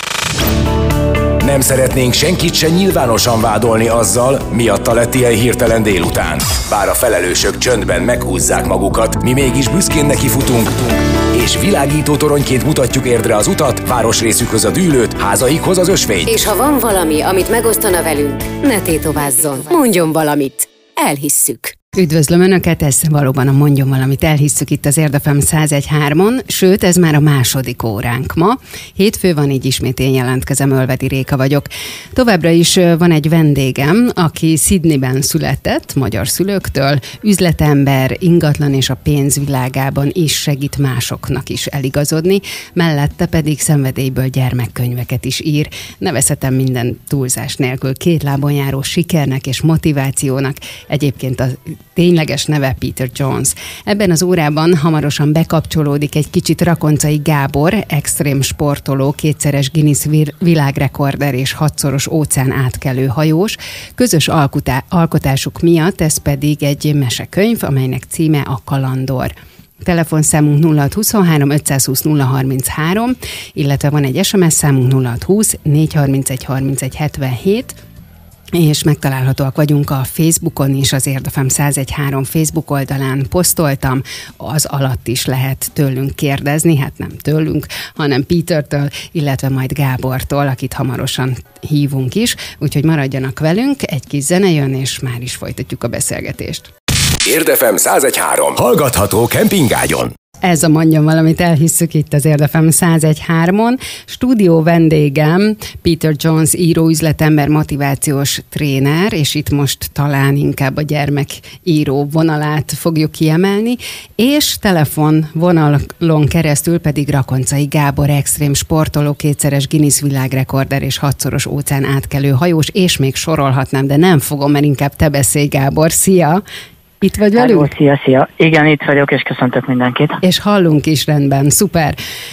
Nem szeretnénk senkit se nyilvánosan vádolni azzal, miatta lett ilyen hirtelen délután. Bár a felelősök csöndben meghúzzák magukat, mi mégis büszkén nekifutunk, és világító toronyként mutatjuk érdre az utat, városrészükhöz a dűlőt, házaikhoz az ösvényt. És ha van valami, amit megosztana velünk, ne tétovázzon, mondjon valamit, elhisszük. Üdvözlöm Önöket, ez valóban a Mondjon valamit, elhisszük itt az Érdefem 101.3-on, sőt, ez már a második óránk ma. Hétfő van, így ismét én jelentkezem, Ölvedi Réka vagyok. Továbbra is van egy vendégem, aki Sydneyben született, magyar szülőktől, üzletember, ingatlan és a pénzvilágában is segít másoknak is eligazodni, mellette pedig szenvedélyből gyermekkönyveket is ír. Nevezhetem minden túlzás nélkül 2 lábon járó sikernek és motivációnak, egyébként a tényleges neve Peter Jones. Ebben az órában hamarosan bekapcsolódik egy kicsit Rakoncai Gábor, extrém sportoló, 2-szeres Guinness világrekorder és 6-szoros óceánátkelő hajós. Közös alkotásuk miatt ez pedig egy mesekönyv, amelynek címe a Kalandor. Telefonszámunk 0623 520 033, illetve van egy SMS számunk 0620 431 31 77, és megtalálhatóak vagyunk a Facebookon is, az Érdefem 101.3 Facebook oldalán posztoltam, az alatt is lehet tőlünk kérdezni, hát nem tőlünk, hanem Petertől, illetve majd Gábortól, akit hamarosan hívunk is, úgyhogy maradjanak velünk, egy kis zene jön, és már is folytatjuk a beszélgetést. Érdefem 101.3. Hallgatható kempingágyon. Ez a Mondjon valamit, elhisszük itt az Érdefem 101.3-on. Stúdió vendégem Peter Jones író, üzletember, motivációs tréner, és itt most talán inkább a gyermekíró vonalát fogjuk kiemelni, és telefon vonalon keresztül pedig Rakoncai Gábor, extrém sportoló, 2-szeres Guinness világrekorder és 6-szoros óceánátkelő hajós, és még sorolhatnám, de nem fogom, mert inkább te beszélj, Gábor. Szia! Itt vagy velünk? Hello, szia. Igen, itt vagyok, és köszöntök mindenkit. És hallunk is, rendben, szuper.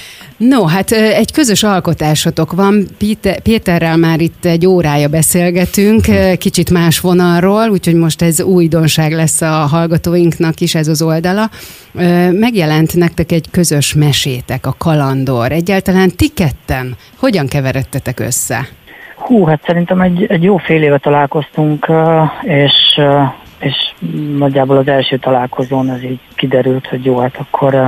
No, hát egy közös alkotásotok van. Péterrel már itt egy órája beszélgetünk, kicsit más vonalról, úgyhogy most ez újdonság lesz a hallgatóinknak is, ez az oldala. Megjelent nektek egy közös mesétek, a Kalandor. Egyáltalán ti ketten hogyan keveredtetek össze? Hát szerintem egy jó fél éve találkoztunk, és nagyjából az első találkozón az így kiderült, hogy jó, hát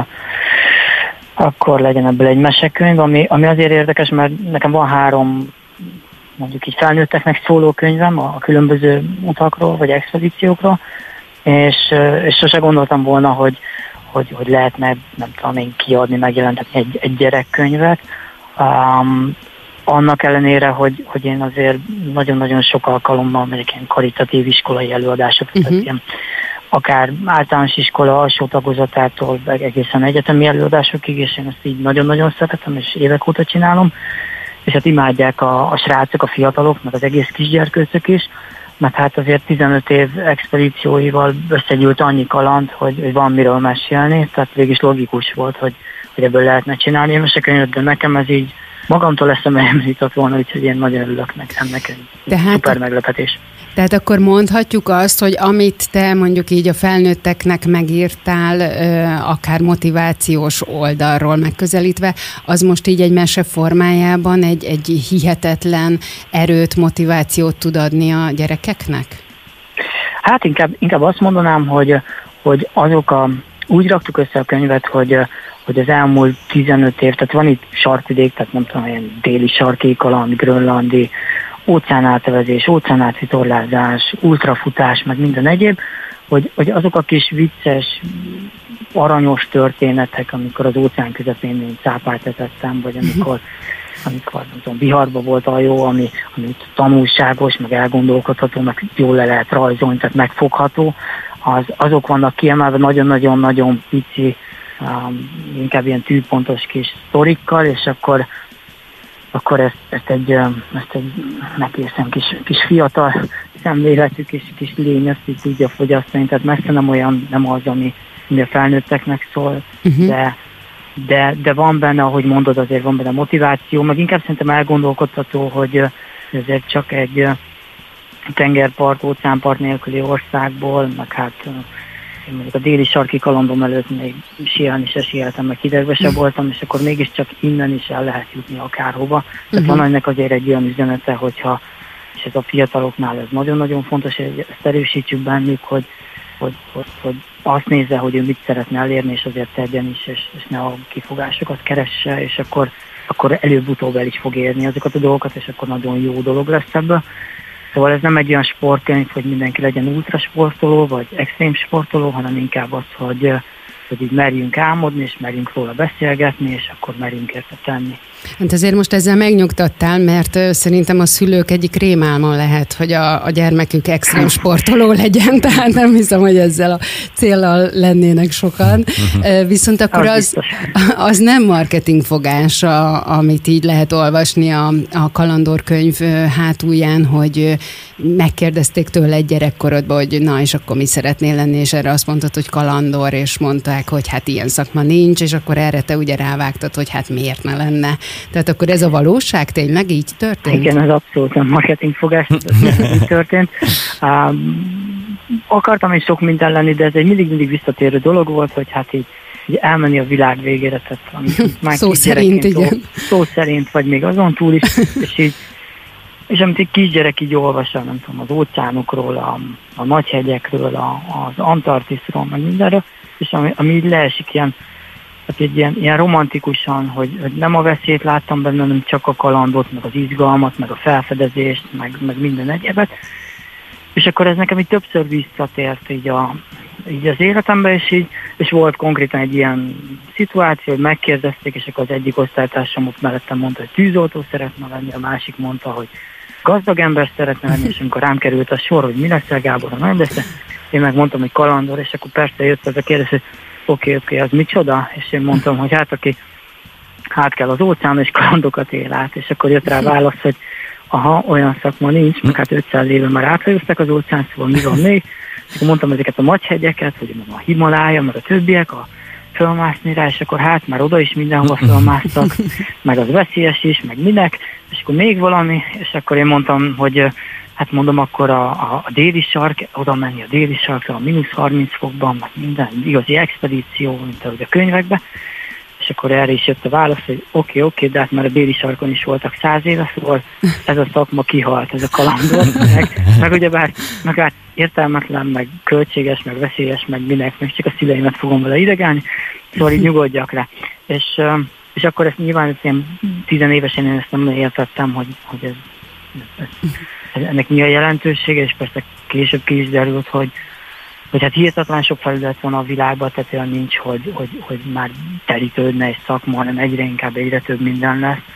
akkor legyen ebből egy mesekönyv, ami azért érdekes, mert nekem van 3 mondjuk így felnőtteknek szóló könyvem a különböző utakról, vagy expedíciókról, és sose gondoltam volna, hogy lehetne, nem tudom én, kiadni, megjelentetni egy gyerekkönyvet. annak ellenére, hogy én azért nagyon-nagyon sok alkalommal megyek ilyen karitatív iskolai előadásokra, tehát ilyen akár általános iskola alsó tagozatától egészen egyetemi előadásokig, és én ezt így nagyon-nagyon szeretem, és évek óta csinálom, és hát imádják a srácok, a fiatalok, meg az egész kisgyerkőcök is, mert hát azért 15 év expedícióival összegyűlt annyi kaland, hogy van miről mesélni, tehát végig logikus volt, hogy ebből lehetne csinálni. Én most a könyvet, nekem ez így magamtól eszembe jutott volna, úgyhogy én nagyon örülök ennek egy szuper meglepetés. Tehát akkor mondhatjuk azt, hogy amit te mondjuk így a felnőtteknek megírtál, akár motivációs oldalról megközelítve, az most így egy mese formájában egy hihetetlen erőt, motivációt tud adni a gyerekeknek? Hát inkább azt mondanám, hogy úgy raktuk össze a könyvet, hogy az elmúlt 15 év, tehát van itt sarkvidék, tehát nem tudom, ilyen déli sarki kaland, grönlandi, óceánátvezés, óceánátvitorlázás, ultrafutás, meg minden egyéb, hogy azok a kis vicces, aranyos történetek, amikor az óceán közepén én cápát etettem, vagy amikor nem tudom, viharba volt a jó, ami tanulságos, meg elgondolkodható, meg jól le lehet rajzolni, tehát megfogható, azok vannak kiemelve nagyon-nagyon-nagyon pici, inkább ilyen tűpontos kis sztorikkal, és akkor ezt egy megkészem kis fiatal szemléletű kis lény ezt így tudja fogyasztani, tehát messze nem az, ami a felnőtteknek szól, de van benne, ahogy mondod, azért van benne motiváció, meg inkább szerintem elgondolkodható, hogy ezért csak egy tengerpart, óceánpart nélküli országból, meg hát én mondjuk a déli sarki kalandom előtt még síelni se síeltem, meg hidegbe se voltam, és akkor mégiscsak innen is el lehet jutni akárhova. Tehát van ennek azért egy olyan üzenete, hogyha, és ez a fiataloknál ez nagyon-nagyon fontos, hogy ezt erősítsük bennük, hogy azt nézze, hogy ő mit szeretne elérni, és azért tegyen is, és ne a kifogásokat keresse, és akkor előbb-utóbb el is fog érni azokat a dolgokat, és akkor nagyon jó dolog lesz ebből. Szóval ez nem egy olyan sportkönyv, hogy mindenki legyen ultrasportoló, vagy extrém sportoló, hanem inkább az, hogy így merjünk álmodni, és merjünk róla beszélgetni, és akkor merjünk érte tenni. Hát azért most ezzel megnyugtattál, mert szerintem a szülők egyik rémálma lehet, hogy a gyermekük extrém sportoló legyen, tehát nem hiszem, hogy ezzel a céllal lennének sokan. Viszont akkor az nem marketingfogás, amit így lehet olvasni a Kalandor könyv hátulján, hogy megkérdezték tőle egy gyerekkorodban, hogy na, és akkor mi szeretnél lenni, és erre azt mondtad, hogy kalandor, és mondták, hogy hát ilyen szakma nincs, és akkor erre te ugye rávágtad, hogy hát miért ne lenne. Tehát akkor ez a valóság tényleg így történt? Igen, ez abszolút a marketingfogás így történt. Akartam is sok minden lenni, de ez egy mindig visszatérő dolog volt, hogy hát így elmenni a világ végére, tehát szó szerint, igen. Szó szerint, vagy még azon túl is, és amit egy kisgyerek így olvasol, nem tudom, az óceánokról, a nagyhegyekről, az Antarktiszról, meg mindenről, és ami így leesik ilyen, hát egy ilyen romantikusan, hogy nem a veszélyt láttam benne, hanem csak a kalandot, meg az izgalmat, meg a felfedezést, meg minden egyebet. És akkor ez nekem így többször visszatért így az életembe, és volt konkrétan egy ilyen szituáció, hogy megkérdezték, és akkor az egyik osztálytársam ott mellettem mondta, hogy tűzoltó szeretne lenni, a másik mondta, hogy gazdag ember szeretne lenni, és amikor rám került a sor, hogy mi leszel, Gábor, ha nem lesz, én megmondtam, hogy kalandor, és akkor persze jött ez a kérdés, hogy oké, az micsoda? És én mondtam, hogy hát aki kell az óceán, és kalandokat él át, és akkor jött rá válasz, hogy olyan szakma nincs, meg hát 500 éve már áthajóztak az óceán, szóval mi van még? És akkor mondtam ezeket a nagy hegyeket, hogy a Himalája, meg a többiek, fölmászni rá, és akkor hát már oda is mindenhova fölmásztak, meg az veszélyes is, meg minek, és akkor még valami, és akkor én mondtam, hogy hát mondom, akkor a déli sark, oda menni a déli sarkra, a -30 fokban, meg minden igazi expedíció, mint ahogy a könyvekben, és akkor erre is jött a válasz, hogy oké, de hát már a déli sarkon is voltak 100 éve, szóval ez a szakma kihalt, ez a kalandor, meg ugyebár meg hát értelmetlen, meg költséges, meg veszélyes, meg minek, meg csak a szüleimet fogom vele idegálni, szóval így nyugodjak rá. És akkor ezt nyilván ilyen 10 évesen én ezt nem értettem, hogy ennek mi a jelentősége, és persze később ki is derült, hogy hát hihetetlen sok felület van a világban, tehát olyan nincs, hogy már telítődne egy szakma, hanem egyre inkább egyre több minden lesz.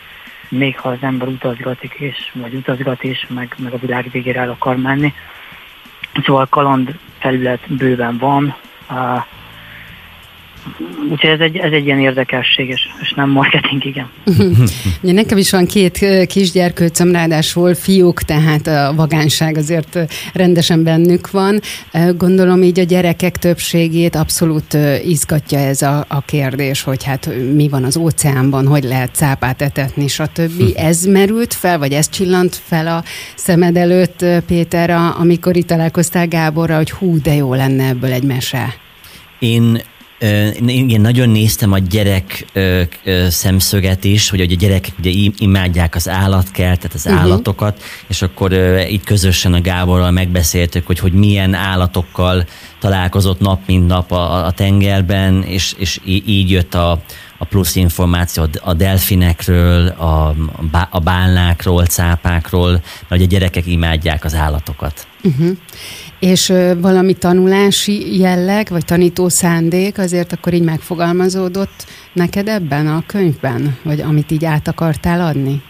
még ha az ember utazgat is, meg a világ végére el akar menni. Szóval kaland felület bőven van, úgyhogy ez egy ilyen érdekesség, és nem marketing, igen. Nekem is van 2 kisgyerkőcöm, ráadásul fiúk, tehát a vagánság azért rendesen bennük van. Gondolom így a gyerekek többségét abszolút izgatja ez a kérdés, hogy hát mi van az óceánban, hogy lehet cápát etetni, stb. Ez merült fel, vagy ez csillant fel a szemed előtt, Péter, amikor itt találkoztál Gáborra, hogy hú, de jó lenne ebből egy mese? Én nagyon néztem a gyerek szemszöget is, hogy a gyerekek ugye imádják az állatkertet, az állatokat, és akkor így közösen a Gáborral megbeszéltük, hogy milyen állatokkal találkozott nap mint nap a tengerben, és így jött a plusz információ a delfinekről, a bálnákról, cápákról, mert a gyerekek imádják az állatokat. És valami tanulási jelleg, vagy tanító szándék azért akkor így megfogalmazódott neked ebben a könyvben? Vagy amit így át akartál adni?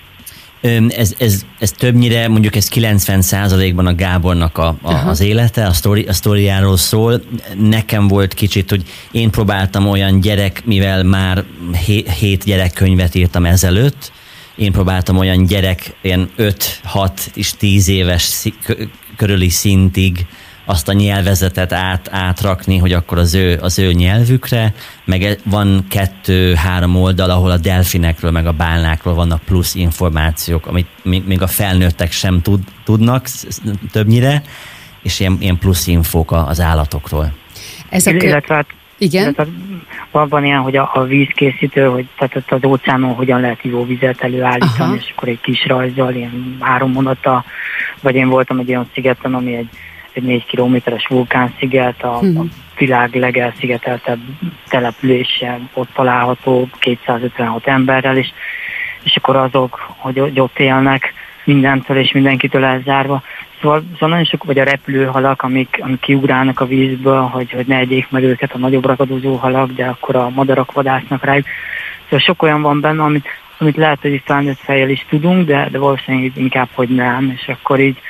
Ez többnyire, mondjuk ez 90%-ban a Gábornak az élete, a sztoriáról szól. Nekem volt kicsit, hogy én próbáltam olyan mivel már 7 gyerekkönyvet írtam ezelőtt, én próbáltam olyan ilyen 5-6 és 10 éves körüli szintig azt a nyelvezetet átrakni, hogy akkor az ő nyelvükre, meg van 2-3 oldal, ahol a delfinekről, meg a bálnákról vannak plusz információk, amit még a felnőttek sem tudnak többnyire, és ilyen plusz infók az állatokról. Igen? Van ilyen, hogy a vízkészítő, hogy tehát az óceánon hogyan lehet ivóvizet előállítani, és akkor egy kis rajzzal, ilyen 3 mondattal, vagy én voltam egy olyan szigeten, ami egy 4 kilométeres vulkánsziget, a világ legelszigeteltebb települése, ott található 256 emberrel is, és akkor azok, hogy ott élnek mindentől és mindenkitől elzárva. Szóval nagyon sok, vagy a repülőhalak, amik kiugrálnak a vízből, hogy ne egyék meg őket a nagyobb ragadozó halak, de akkor a madarak vadásznak rájuk. Szóval sok olyan van benne, amit lehet, hogy felnőtt fejjel is tudunk, de valószínűleg inkább, hogy nem, és akkor így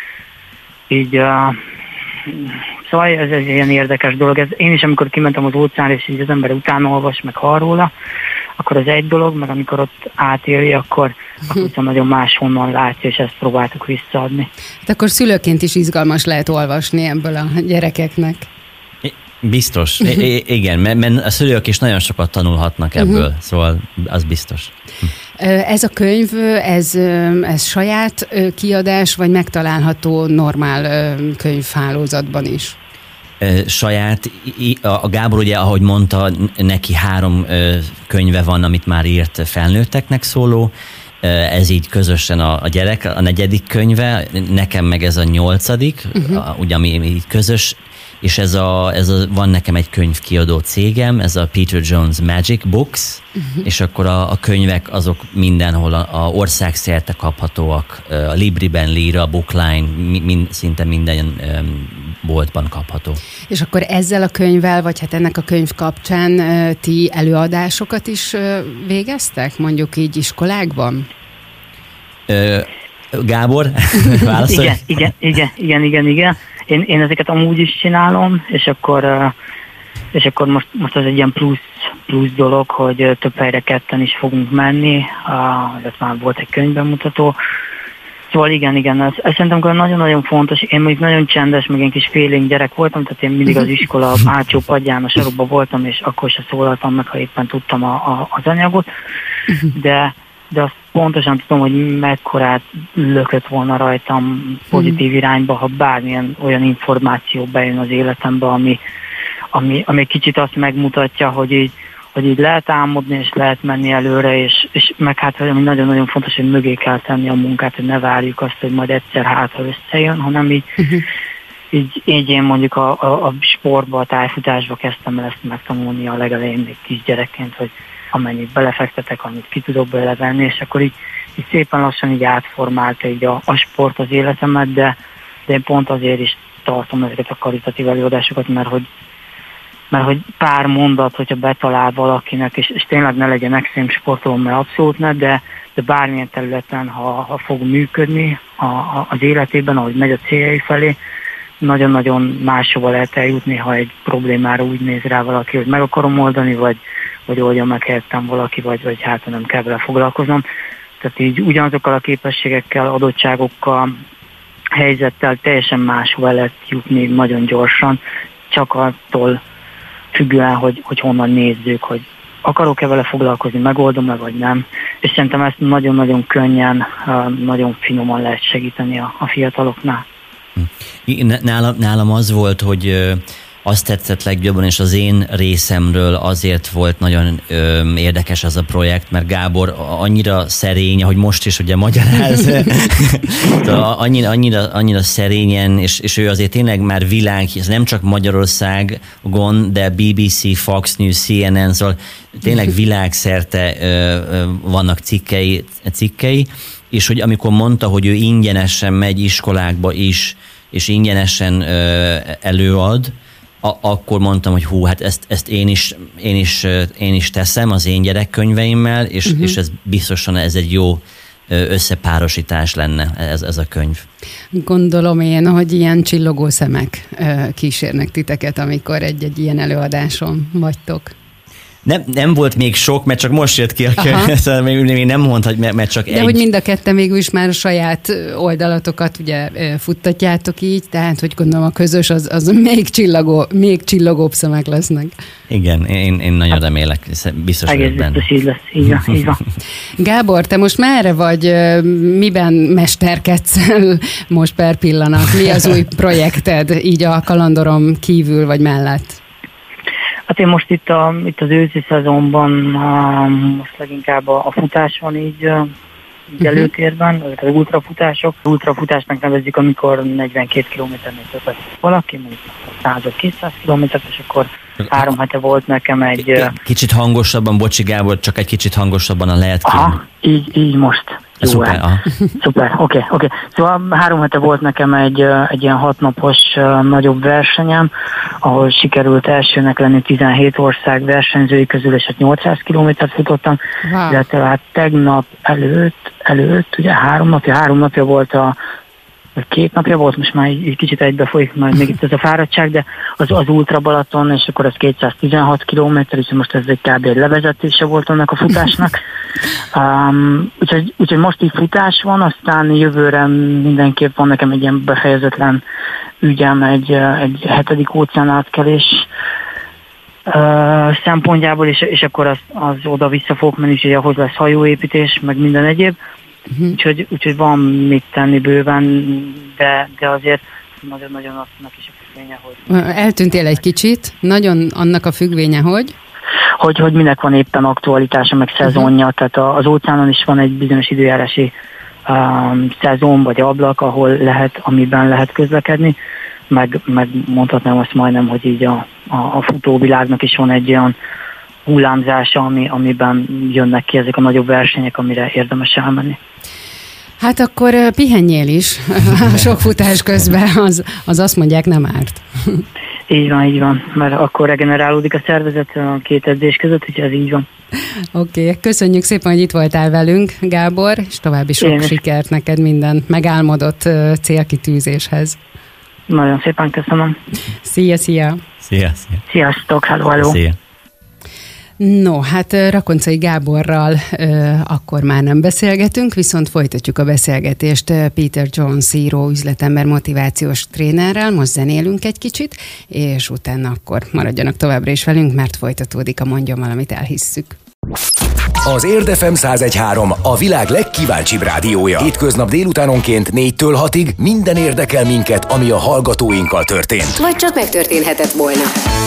szóval ez egy ilyen érdekes dolog. Én is, amikor kimentem az óceánra, és így az ember utána olvas, meg hall róla, akkor az egy dolog, meg amikor ott átéli, akkor nagyon máshonnan látja, és ezt próbáltuk visszaadni. Hát akkor szülőként is izgalmas lehet olvasni ebből a gyerekeknek. Biztos, igen, mert a szülők is nagyon sokat tanulhatnak ebből, szóval az biztos. Ez a könyv, ez saját kiadás, vagy megtalálható normál könyvhálózatban is? Saját. A Gábor ugye, ahogy mondta, neki 3 könyve van, amit már írt felnőtteknek szóló. Ez így közösen a gyerek, a 4. könyve, nekem meg ez a 8. Ugye, ami így közös, és van nekem egy könyvkiadó cégem, ez a Peter Jones Magic Books, és akkor a könyvek azok mindenhol a országszerte kaphatóak, a Libriben, Lira, Bookline, szinte minden boltban kapható. És akkor ezzel a könyvvel, vagy hát ennek a könyv kapcsán ti előadásokat is végeztek, mondjuk így iskolákban? Gábor, válaszolj? Igen. Én ezeket amúgy is csinálom, és akkor most az egy ilyen plusz dolog, hogy több helyre ketten is fogunk menni, illetve már volt egy könyvbemutató. Szóval igen, ez szerintem nagyon-nagyon fontos. Én még nagyon csendes, meg én kis félénk gyerek voltam, tehát én mindig az iskola hátsó padján a sarokban voltam, és akkor se szólaltam meg, ha éppen tudtam az anyagot, de azt pontosan tudom, hogy mekkorát lökött volna rajtam pozitív irányba, ha bármilyen olyan információ bejön az életembe, ami kicsit azt megmutatja, hogy így lehet álmodni, és lehet menni előre, és meg hát ami nagyon-nagyon fontos, hogy mögé kell tenni a munkát, hogy ne várjuk azt, hogy majd egyszer hátra összejön, hanem így én mondjuk a sportba, a tájfutásba kezdtem el ezt megtanulni a legelején még kisgyerekként, hogy amennyit belefektetek, annyit ki tudok belőle venni, és akkor így szépen lassan így átformálta így a sport az életemet, de én pont azért is tartom ezeket a karitatív előadásokat, mert hogy mert hogy pár mondat, hogyha betalál valakinek, és tényleg ne legyen extrém sportoló, mert abszolút ne, de bármilyen területen, ha fog működni az életében, ahogy megy a céljai felé, nagyon-nagyon máshova lehet eljutni, ha egy problémára úgy néz rá valaki, hogy meg akarom oldani, vagy oldja meg helyettem valaki, vagy hát nem kell vele foglalkoznom. Tehát így ugyanazokkal a képességekkel, adottságokkal, helyzettel teljesen máshova lehet jutni nagyon gyorsan, csak attól függően, hogy honnan nézzük, hogy akarok-e vele foglalkozni, megoldom-e vagy nem. És szerintem ezt nagyon-nagyon könnyen, nagyon finoman lehet segíteni a fiataloknál. Nálam az volt, hogy azt tetszett legjobban, és az én részemről azért volt nagyon érdekes ez a projekt, mert Gábor annyira szerény, ahogy most is ugye magyaráz, annyira szerényen, és ő azért tényleg már ez nem csak Magyarországon, de BBC, Fox News, CNN, szóval tényleg világszerte vannak cikkei, és hogy amikor mondta, hogy ő ingyenesen megy iskolákba is, és ingyenesen előad, akkor mondtam, hogy hú, hát ezt én is teszem az én gyerekkönyveimmel, és ez biztosan ez egy jó összepárosítás lenne ez a könyv. Gondolom én, hogy ilyen csillogó szemek kísérnek titeket, amikor egy ilyen előadáson vagytok. Nem volt még sok, mert csak most jött ki a könyv, még nem mondhat, mert csak De hogy mind a ketten végül is már a saját oldalatokat ugye futtatjátok így, tehát hogy gondolom a közös az még csillogóbb szemek lesznek. Igen, én nagyon remélek, biztos vagyok benne. Egész biztos így van. Gábor, te most merre vagy, miben mesterkedsz most per pillanat? Mi az új projekted így a kalandorom kívül vagy mellett? Hát én most itt az őszi szezonban most leginkább a futás van így előtérben, az ultrafutások. Ultrafutásnak nevezik, amikor 42 km-nél többet valaki, mondjuk 100-200 km-t, és akkor 3 hete volt nekem egy... Kicsit hangosabban, bocsi Gábor, csak egy kicsit hangosabban a lehet ki. Így most. Szuper, Szuper, oké. Szóval 3 hete volt nekem egy ilyen 6 napos nagyobb versenyem, ahol sikerült elsőnek lenni 17 ország versenyzői közül, és 800 kilométert futottam, illetve hát tegnap előtt, ugye 3 napja volt vagy 2 napja volt, most már egy kicsit egybefolyik majd még itt ez a fáradtság, de az Ultra Balaton, és akkor az 216 kilométer, és most ez egy kb. Egy levezetése volt annak a futásnak. Úgyhogy most így futás van, aztán jövőre mindenképp van nekem egy ilyen befejezetlen ügyem, egy 7. óceánátkelés szempontjából, és akkor az oda-vissza fogok menni, úgyhogy ahhoz lesz hajóépítés, meg minden egyéb. Úgyhogy van mit tenni bőven, de azért nagyon-nagyon annak is a függvénye, hogy... Eltűntél egy kicsit, nagyon annak a függvénye, hogy minek van éppen aktualitása, meg szezonja, tehát az óceánon is van egy bizonyos időjárási szezon vagy ablak, amiben lehet közlekedni, meg mondhatnám azt majdnem, hogy így a futóvilágnak is van egy olyan hullámzása, amiben jönnek ki ezek a nagyobb versenyek, amire érdemes elmenni. Hát akkor pihenjél is a sok futás közben, az azt mondják nem árt. Így van, mert akkor regenerálódik a szervezet a 2 edzés között, úgyhogy ez így van. Oké, köszönjük szépen, hogy itt voltál velünk, Gábor, és további sok sikert neked minden megálmodott célkitűzéshez. Nagyon szépen köszönöm. Szia. Sziasztok, hello. Szia. No, hát Rakoncai Gáborral akkor már nem beszélgetünk, viszont folytatjuk a beszélgetést Peter Jones író, üzletember, motivációs trénerrel. Most zenélünk egy kicsit, és utána akkor maradjanak továbbra is velünk, mert folytatódik a Mondjon valamit, elhisszük. Az Érd FM 101.3 a világ legkíváncsibb rádiója. Hétköznap délutánonként 4-től 6-ig minden érdekel minket, ami a hallgatóinkkal történt. Vagy csak megtörténhetett volna.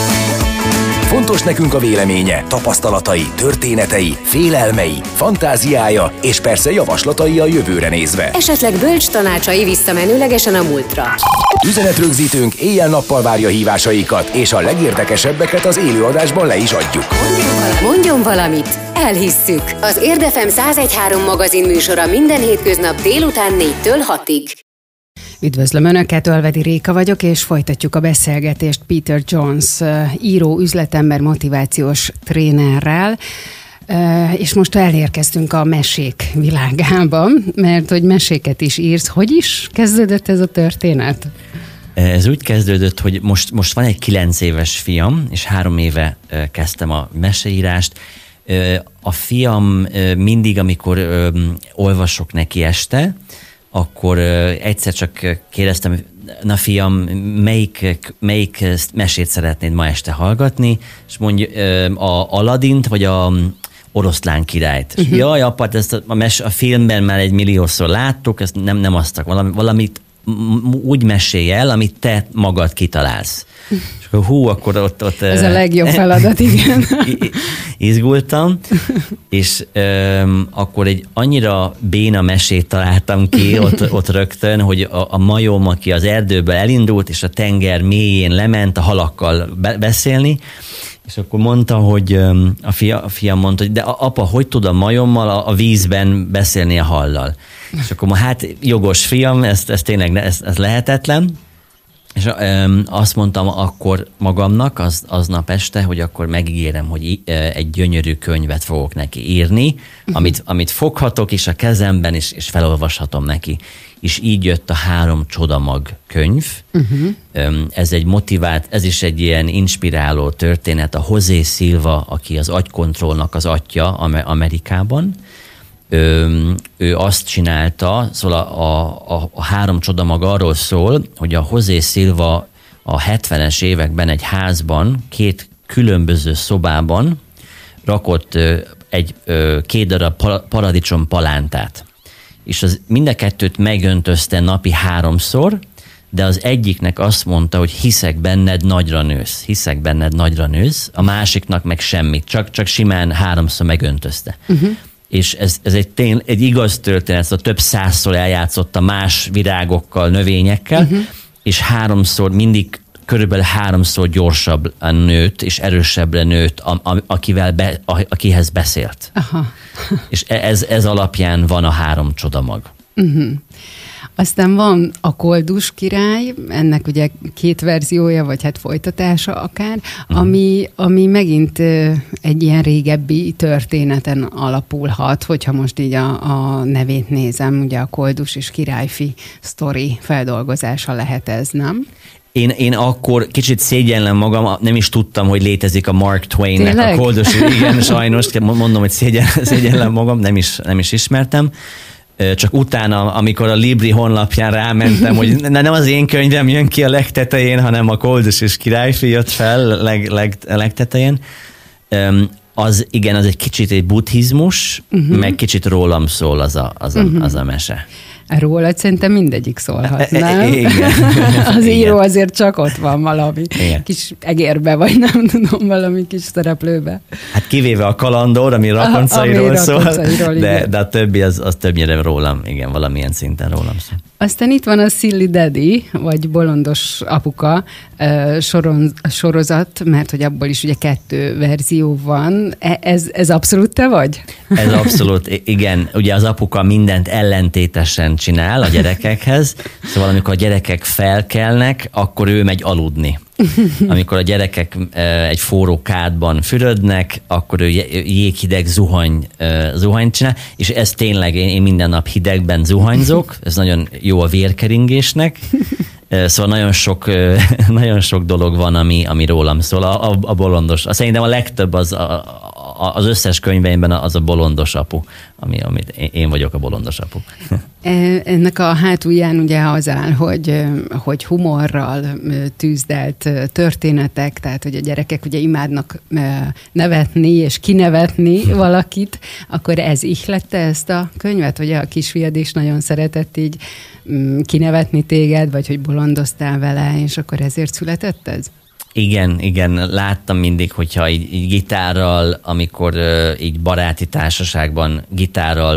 Fontos nekünk a véleménye, tapasztalatai, történetei, félelmei, fantáziája és persze javaslatai a jövőre nézve. Esetleg bölcs tanácsai visszamenőlegesen a múltra. Üzenetrögzítőnk éjjel-nappal várja hívásaikat, és a legérdekesebbeket az élőadásban le is adjuk. Mondjon valamit, elhisszük. Az Érd FM 101.3 magazin műsora minden hétköznap délután 4-től 6-ig. Üdvözlöm Önöket, Ölvedi Réka vagyok, és folytatjuk a beszélgetést Peter Jones író, üzletember, motivációs trénerrel. És most elérkeztünk a mesék világába, mert hogy meséket is írsz. Hogy is kezdődött ez a történet? Ez úgy kezdődött, hogy most van egy 9 éves fiam, és 3 éve kezdtem a meseírást. A fiam mindig, amikor olvasok neki este, akkor egyszer csak kérdeztem, na fiam, melyik mesét szeretnéd ma este hallgatni? És mondja, a Aladint, vagy a Oroszlán királyt. Uh-huh. Jaj, apa, ezt a filmben már 1 milliószor láttuk, ezt nem aztak, valamit úgy mesélj el, amit te magad kitalálsz. És akkor akkor ott ez a legjobb feladat, igen. Izgultam, és akkor egy annyira béna mesét találtam ki ott rögtön, hogy a majom, aki az erdőből elindult, és a tenger mélyén lement a halakkal beszélni, és akkor mondta, hogy a fiam mondta, hogy de apa, hogy tud a majommal a vízben beszélni a hallal? És akkor hát jogos fiam, ez tényleg ez lehetetlen. És azt mondtam akkor magamnak aznap este, hogy akkor megígérem, hogy egy gyönyörű könyvet fogok neki írni, amit foghatok is a kezemben, és felolvashatom neki. És így jött a 3 csodamag könyv. Ez is egy ilyen inspiráló történet. A José Silva, aki az agykontrollnak az atya Amerikában, ő azt csinálta, szóval a 3 csodamag arról szól, hogy a José Silva a 70-es években egy házban, 2 különböző szobában rakott 2 darab paradicsom palántát. És mind a 2-t megöntözte napi 3-szor, de az egyiknek azt mondta, hogy hiszek benned, nagyra nősz, a másiknak meg semmit, csak simán 3-szor megöntözte. És ez egy igaz történet, szóval több 100-szor eljátszotta más virágokkal, növényekkel, és 3-szor mindig körülbelül 3-szor gyorsabb nőtt, és erősebbre nőtt, akihez beszélt. Aha. És ez alapján van a 3 csodamag. Aztán van a Koldus király, ennek ugye 2 verziója, vagy hát folytatása akár, ami megint egy ilyen régebbi történeten alapulhat, hogyha most így a nevét nézem, ugye a Koldus és királyfi sztori feldolgozása lehet ez, nem? Én akkor kicsit szégyellem magam, nem is tudtam, hogy létezik a Mark Twainnek a Koldus. Igen, sajnos, mondom, hogy szégyellem magam, nem is ismertem. Csak utána, amikor a Libri honlapján rámentem, hogy nem az én könyvem jön ki a legtetején, hanem a Koldus és királyfi jött fel legtetején. Az egy kicsit egy buddhizmus, meg kicsit rólam szól az a mese. Rólad szerintem mindegyik szólhat, nem? Igen. Az író azért csak ott van valami kis egérbe, vagy nem tudom, valami kis szereplőbe. Hát kivéve a Kalandor, ami rakoncairól szól, de a többi az többnyire rólam, igen, valamilyen szinten rólam szól. Aztán itt van a Silly Daddy, vagy Bolondos apuka sorozat, mert hogy abból is ugye 2 verzió van. Ez abszolút te vagy? Ez abszolút, igen. Ugye az apuka mindent ellentétesen csinál a gyerekekhez, szóval amikor a gyerekek felkelnek, akkor ő megy aludni. Amikor a gyerekek egy forró kádban fürödnek, akkor ő jéghideg zuhanyt csinál, és ez tényleg, én minden nap hidegben zuhanyzok, ez nagyon jó a vérkeringésnek, szóval nagyon sok dolog van, ami rólam szól. A bolondos. Szerintem a legtöbb az összes könyveimben az a bolondos apu, amit én vagyok a bolondos apu. Ennek a hátulján ugye az áll, hogy humorral tűzdelt történetek, tehát hogy a gyerekek ugye imádnak nevetni és kinevetni valakit, akkor ez ihlette ezt a könyvet, hogy a kisfiad is nagyon szeretett így kinevetni téged, vagy hogy bolondoztál vele, és akkor ezért született ez? Igen, láttam mindig, hogyha így gitárral, amikor így baráti társaságban gitárral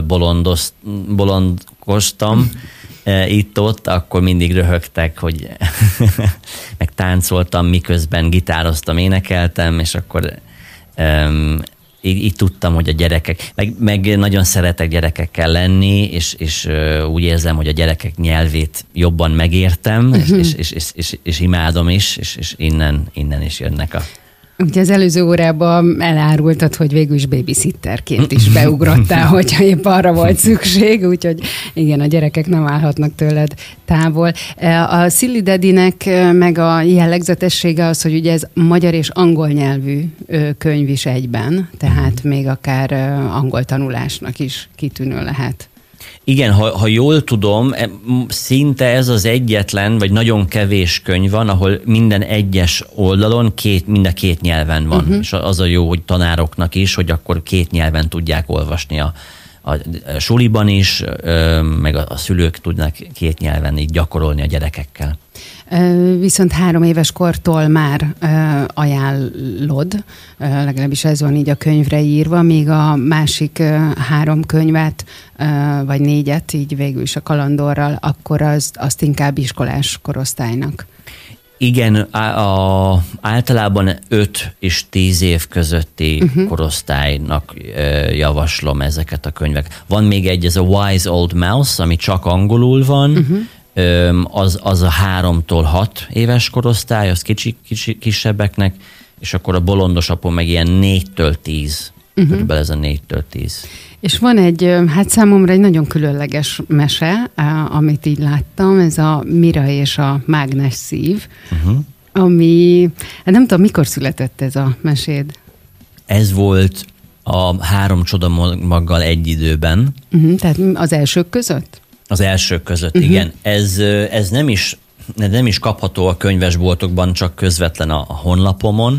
bolondkoztam, itt-ott, akkor mindig röhögtek, hogy meg táncoltam, miközben gitároztam, énekeltem, és akkor így tudtam, hogy a gyerekek, meg nagyon szeretek gyerekekkel lenni, és úgy érzem, hogy a gyerekek nyelvét jobban megértem, és imádom is, és innen is jönnek a... Ugye az előző órában elárultad, hogy végül is babysitterként is beugrottál, hogyha épp arra volt szükség, úgyhogy igen, a gyerekek nem állhatnak tőled távol. A Silly Daddynek meg a jellegzetessége az, hogy ugye ez magyar és angol nyelvű könyv is egyben, tehát még akár angol tanulásnak is kitűnő lehet. Igen, ha jól tudom, szinte ez az egyetlen, vagy nagyon kevés könyv van, ahol minden egyes oldalon mind a két nyelven van. És az a jó, hogy tanároknak is, hogy akkor két nyelven tudják olvasni a suliban is, meg a szülők tudnak két nyelven így gyakorolni a gyerekekkel. Viszont 3 éves kortól már ajánlod, legalábbis ez van így a könyvre írva, míg a másik 3 könyvet, vagy 4-et, így végül is a Kalandorral, akkor azt inkább iskolás korosztálynak. Igen, általában 5 és 10 év közötti korosztálynak javaslom ezeket a könyvek. Van még egy, ez a Wise Old Mouse, ami csak angolul van, az a 3-tól 6 éves korosztály, az kisebbeknek, és akkor a Bolondos apu meg ilyen 4-től 10. Körülbelül ez a 4-től 10. És van egy, hát számomra egy nagyon különleges mese, amit így láttam, ez a Mira és a mágnes szív, ami, nem tudom, mikor született ez a meséd? Ez volt a 3 csodamaggal egy időben. Tehát az elsők között? Az elsők között, igen. Ez nem is kapható a könyvesboltokban, csak közvetlen a honlapomon.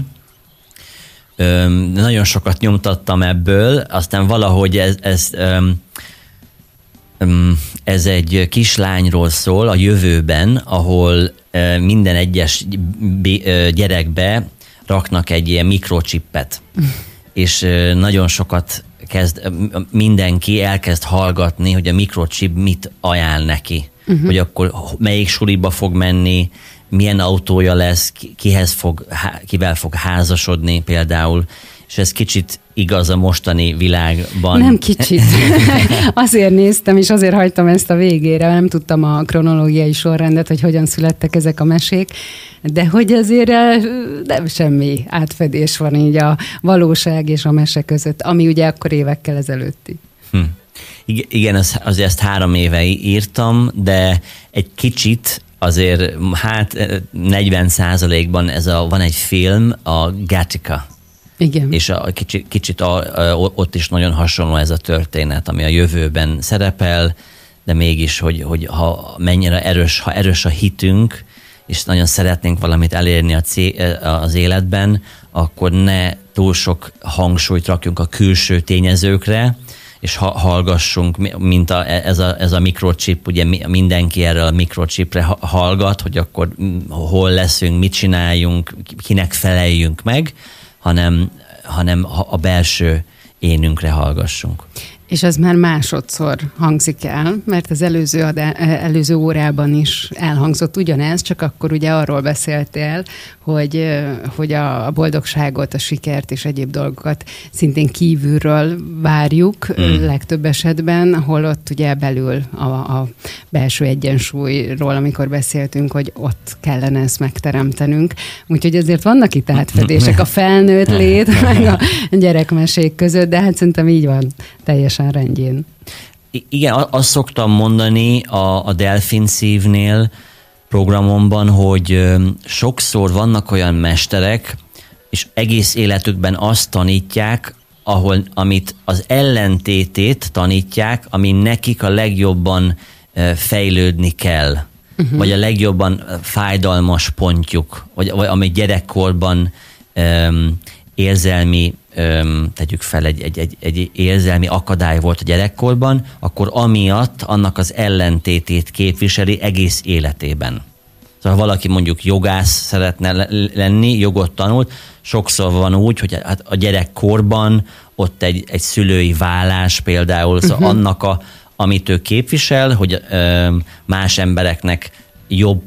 Nagyon sokat nyomtattam ebből, aztán valahogy ez egy kislányról szól a jövőben, ahol minden egyes gyerekbe raknak egy ilyen mikrocsippet, és nagyon sokat mindenki elkezd hallgatni, hogy a mikrochip mit ajánl neki, hogy akkor melyik suliba fog menni, milyen autója lesz, kivel fog házasodni például, és ez kicsit igaz a mostani világban. Nem kicsit. Azért néztem, és azért hagytam ezt a végére, nem tudtam a kronológiai sorrendet, hogy hogyan születtek ezek a mesék, de hogy azért nem semmi átfedés van így a valóság és a mese között, ami ugye akkor évekkel ezelőtti. Igen, azért ezt 3 éve írtam, de egy kicsit azért 40%-ban van egy film, a Gattaca. Igen. És kicsit ott is nagyon hasonló ez a történet, ami a jövőben szerepel, de mégis, hogy ha mennyire erős a hitünk, és nagyon szeretnénk valamit elérni az életben, akkor ne túl sok hangsúlyt rakjunk a külső tényezőkre, és hallgassunk, mint ez a mikrochip, ugye mindenki erről a mikrochipre hallgat, hogy akkor hol leszünk, mit csináljunk, kinek feleljünk meg, hanem a belső énünkre hallgassunk. És ez már másodszor hangzik el, mert az előző órában is elhangzott ugyanez, csak akkor ugye arról beszéltél, hogy a boldogságot, a sikert és egyéb dolgokat szintén kívülről várjuk legtöbb esetben, holott ugye belül a belső egyensúlyról, amikor beszéltünk, hogy ott kellene ezt megteremtenünk. Úgyhogy azért vannak itt átfedések a felnőtt lét, meg a gyerekmesék között, de hát szerintem így van teljesen rendjén. Igen, azt szoktam mondani a Delfin Szívnél programomban, hogy sokszor vannak olyan mesterek, és egész életükben azt tanítják, amit az ellentétét tanítják, ami nekik a legjobban fejlődni kell, vagy a legjobban fájdalmas pontjuk, vagy ami gyerekkorban érzelmi, tegyük fel, egy érzelmi akadály volt a gyerekkorban, akkor amiatt annak az ellentétét képviseli egész életében. Szóval valaki mondjuk jogász szeretne lenni, jogot tanult, sokszor van úgy, hogy a gyerekkorban ott egy szülői válás például, szóval annak amit ő képvisel, hogy más embereknek jobb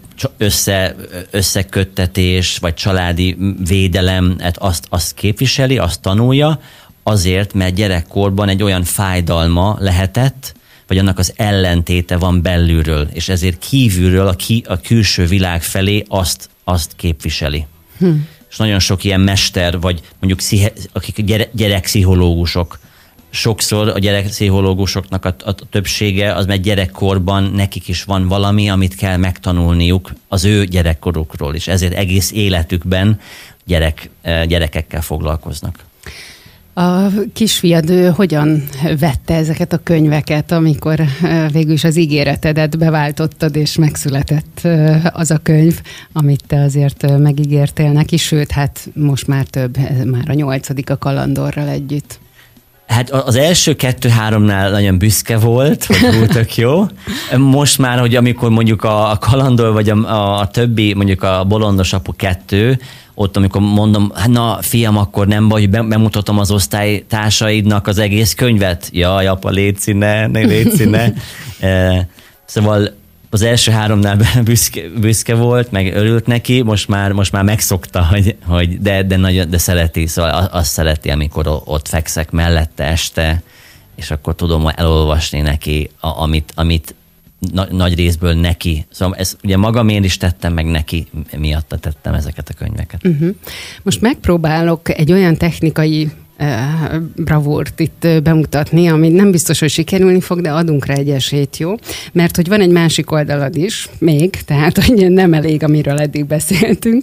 összeköttetés, vagy családi védelem, azt képviseli, azt tanulja, azért, mert gyerekkorban egy olyan fájdalma lehetett, vagy annak az ellentéte van belülről, és ezért kívülről a külső világ felé azt képviseli. És nagyon sok ilyen mester, vagy mondjuk akik gyerekpszichológusok, sokszor a gyerekpszichológusoknak a többsége az, mert gyerekkorban nekik is van valami, amit kell megtanulniuk az ő gyerekkorukról, és ezért egész életükben gyerekekkel foglalkoznak. A kisfiad hogyan vette ezeket a könyveket, amikor végül is az ígéretedet beváltottad, és megszületett az a könyv, amit te azért megígértél neki, sőt, hát most már több, már a 8. a Kalandorral együtt. Hát az első 2-3-nál nagyon büszke volt, hogy tök jó. Most már, hogy amikor mondjuk a Kalandor, vagy a többi, mondjuk a Bolondos apu 2, ott amikor mondom, na fiam, akkor nem baj, hogy bemutatom az osztálytársaidnak az egész könyvet. Jaj, apa, légy ne. Szóval az első 3-nál büszke volt, meg örült neki, most már megszokta, de szereti, szóval azt szereti, amikor ott fekszek mellette este, és akkor tudom elolvasni neki, amit nagy részből neki. Szóval ezt ugye magamért is tettem, meg neki miatta tettem ezeket a könyveket. Most megpróbálok egy olyan technikai bravúrt itt bemutatni, ami nem biztos, hogy sikerülni fog, de adunk rá egy esélyt, jó? Mert hogy van egy másik oldalad is, még, tehát hogy nem elég, amiről eddig beszéltünk.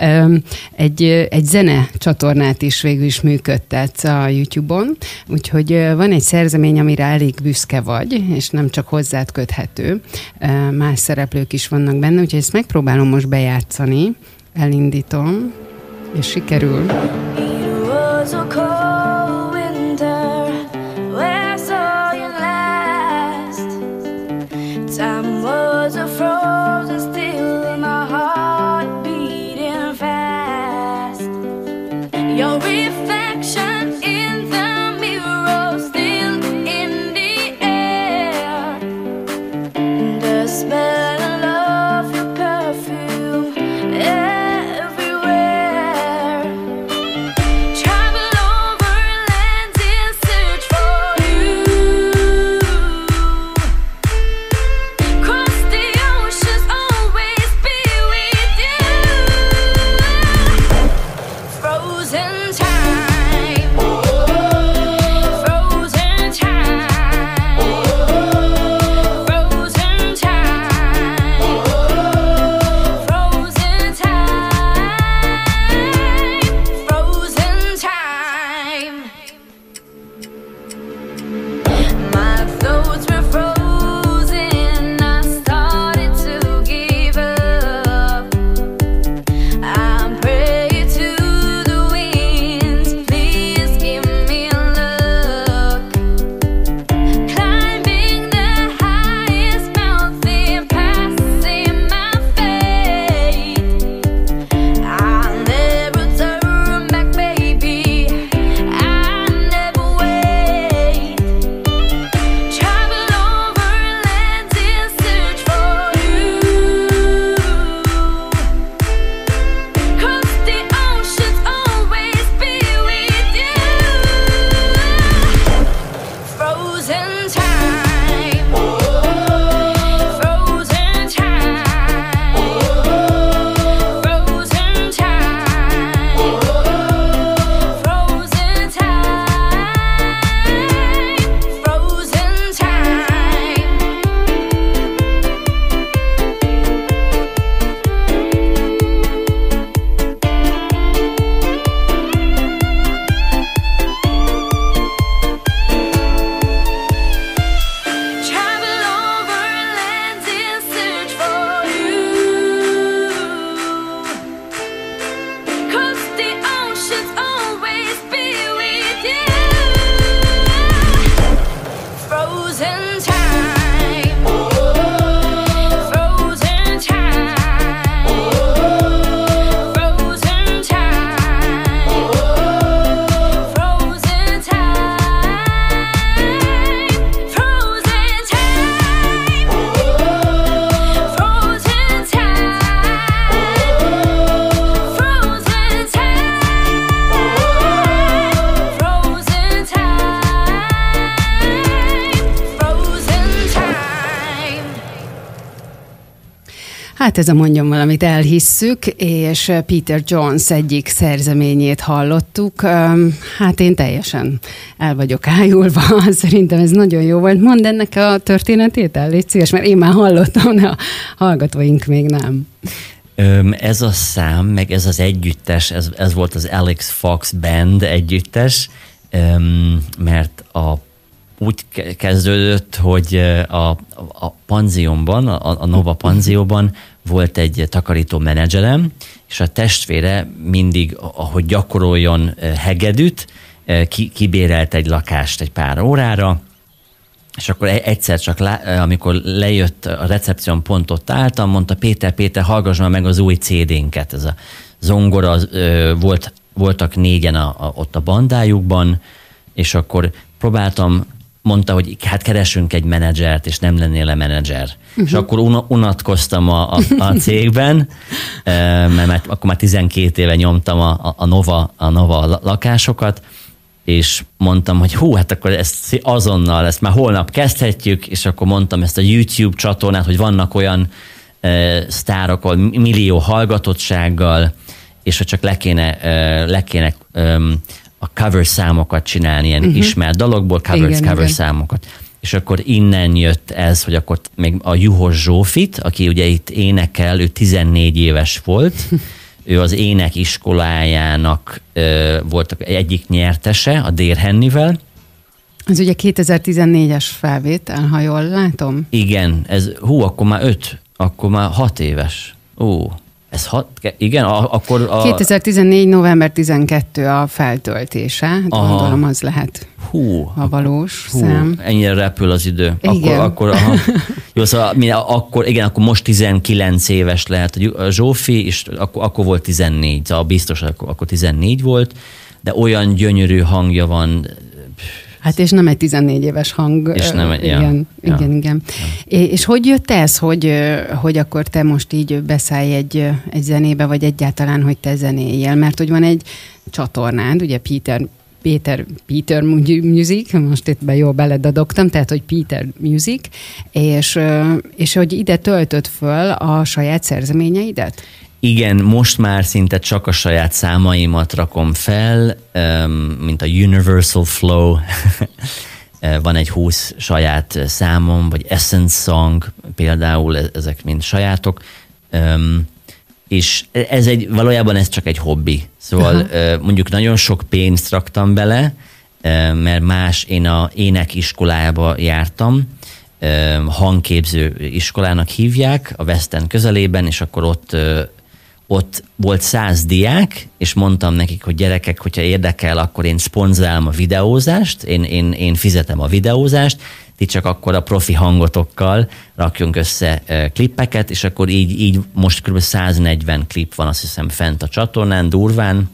Egy zene csatornát is végül is működtetsz a YouTube-on, úgyhogy van egy szerzemény, amire elég büszke vagy, és nem csak hozzád köthető, más szereplők is vannak benne, úgyhogy ezt megpróbálom most bejátszani, elindítom, és sikerül. So cold winter, where I saw you last. Time was a frozen still, my heart beating fast. Your reflection in the mirror still in the air. The smell of love, your perfume everywhere. Cross the ocean. Hát ez a mondjam valamit, elhisszük, és Peter Jones egyik szerzeményét hallottuk. Hát én teljesen el vagyok ájulva, szerintem ez nagyon jó volt. Mondd ennek a történetét el, légy szíves, mert én már hallottam, de a hallgatóink még nem. Ez a szám, meg ez az együttes, ez volt az Alex Fox Band együttes, mert úgy kezdődött, hogy a panziómban, a Nova panzióban volt egy takarító menedzserem, és a testvére mindig, ahogy gyakoroljon hegedűt, kibérelt egy lakást egy pár órára, és akkor egyszer csak, amikor lejött a recepción, pont ott álltam, mondta Péter, hallgass már meg az új CD-nket. Ez a zongora, voltak négyen ott a bandájukban, és akkor mondta, hogy hát keresünk egy menedzsert, és nem lennél-e menedzser. És akkor unatkoztam a cégben, mert akkor már 12 éve nyomtam a Nova lakásokat, és mondtam, hogy hát akkor ezt azonnal, ezt már holnap kezdhetjük, és akkor mondtam ezt a YouTube csatornát, hogy vannak olyan sztárok, millió hallgatottsággal, és hogy csak le kéne a cover számokat csinálni, ilyen ismert dalokból cover számokat. És akkor innen jött ez, hogy akkor még a Juhos Zsófit, aki ugye itt énekel, ő 14 éves volt, ő az énekiskolájának volt egyik nyertese, a Dér Hennivel. Ez ugye 2014-es felvétel, ha jól látom. Igen, akkor már 6 éves. Igen, akkor... 2014. november 12 a feltöltése, gondolom az lehet a valós szám. Ennyire repül az idő. Igen. Jó, szóval akkor most 19 éves lehet a Zsófi, és akkor volt 14, szóval biztos, akkor 14 volt, de olyan gyönyörű hangja van. Hát és nem egy 14 éves hang. És nem egy, igen. És hogy jött ez, hogy akkor te most így beszállj egy zenébe, vagy egyáltalán, hogy te zenéljél? Mert hogy van egy csatornád, ugye Peter Music, most itt jól beledadogtam, tehát, hogy Peter Music, és hogy ide töltöd föl a saját szerzeményeidet? Igen, most már szinte csak a saját számaimat rakom fel, mint a Universal Flow. Van egy 20 saját számom, vagy Essence Song, például ezek mind sajátok. És valójában ez csak egy hobbi. Szóval mondjuk nagyon sok pénzt raktam bele, mert én a énekiskolába jártam, hangképző iskolának hívják, a West End közelében, és akkor ott volt 100 diák, és mondtam nekik, hogy gyerekek, hogyha érdekel, akkor én szponzorálom a videózást, én fizetem a videózást, ti csak akkor a profi hangotokkal rakjunk össze klippeket, és akkor így most kb. 140 klip van, azt hiszem, fent a csatornán, durván,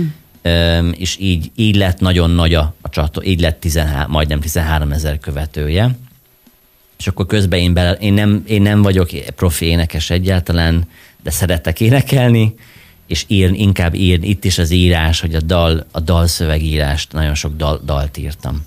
és így lett nagyon nagy a csatorna, így lett majdnem 13 000 követője. És akkor közben én nem vagyok profi énekes egyáltalán, de szeretek énekelni, és inkább írni. Itt is az írás, hogy a dalszövegírást, nagyon sok dalt írtam.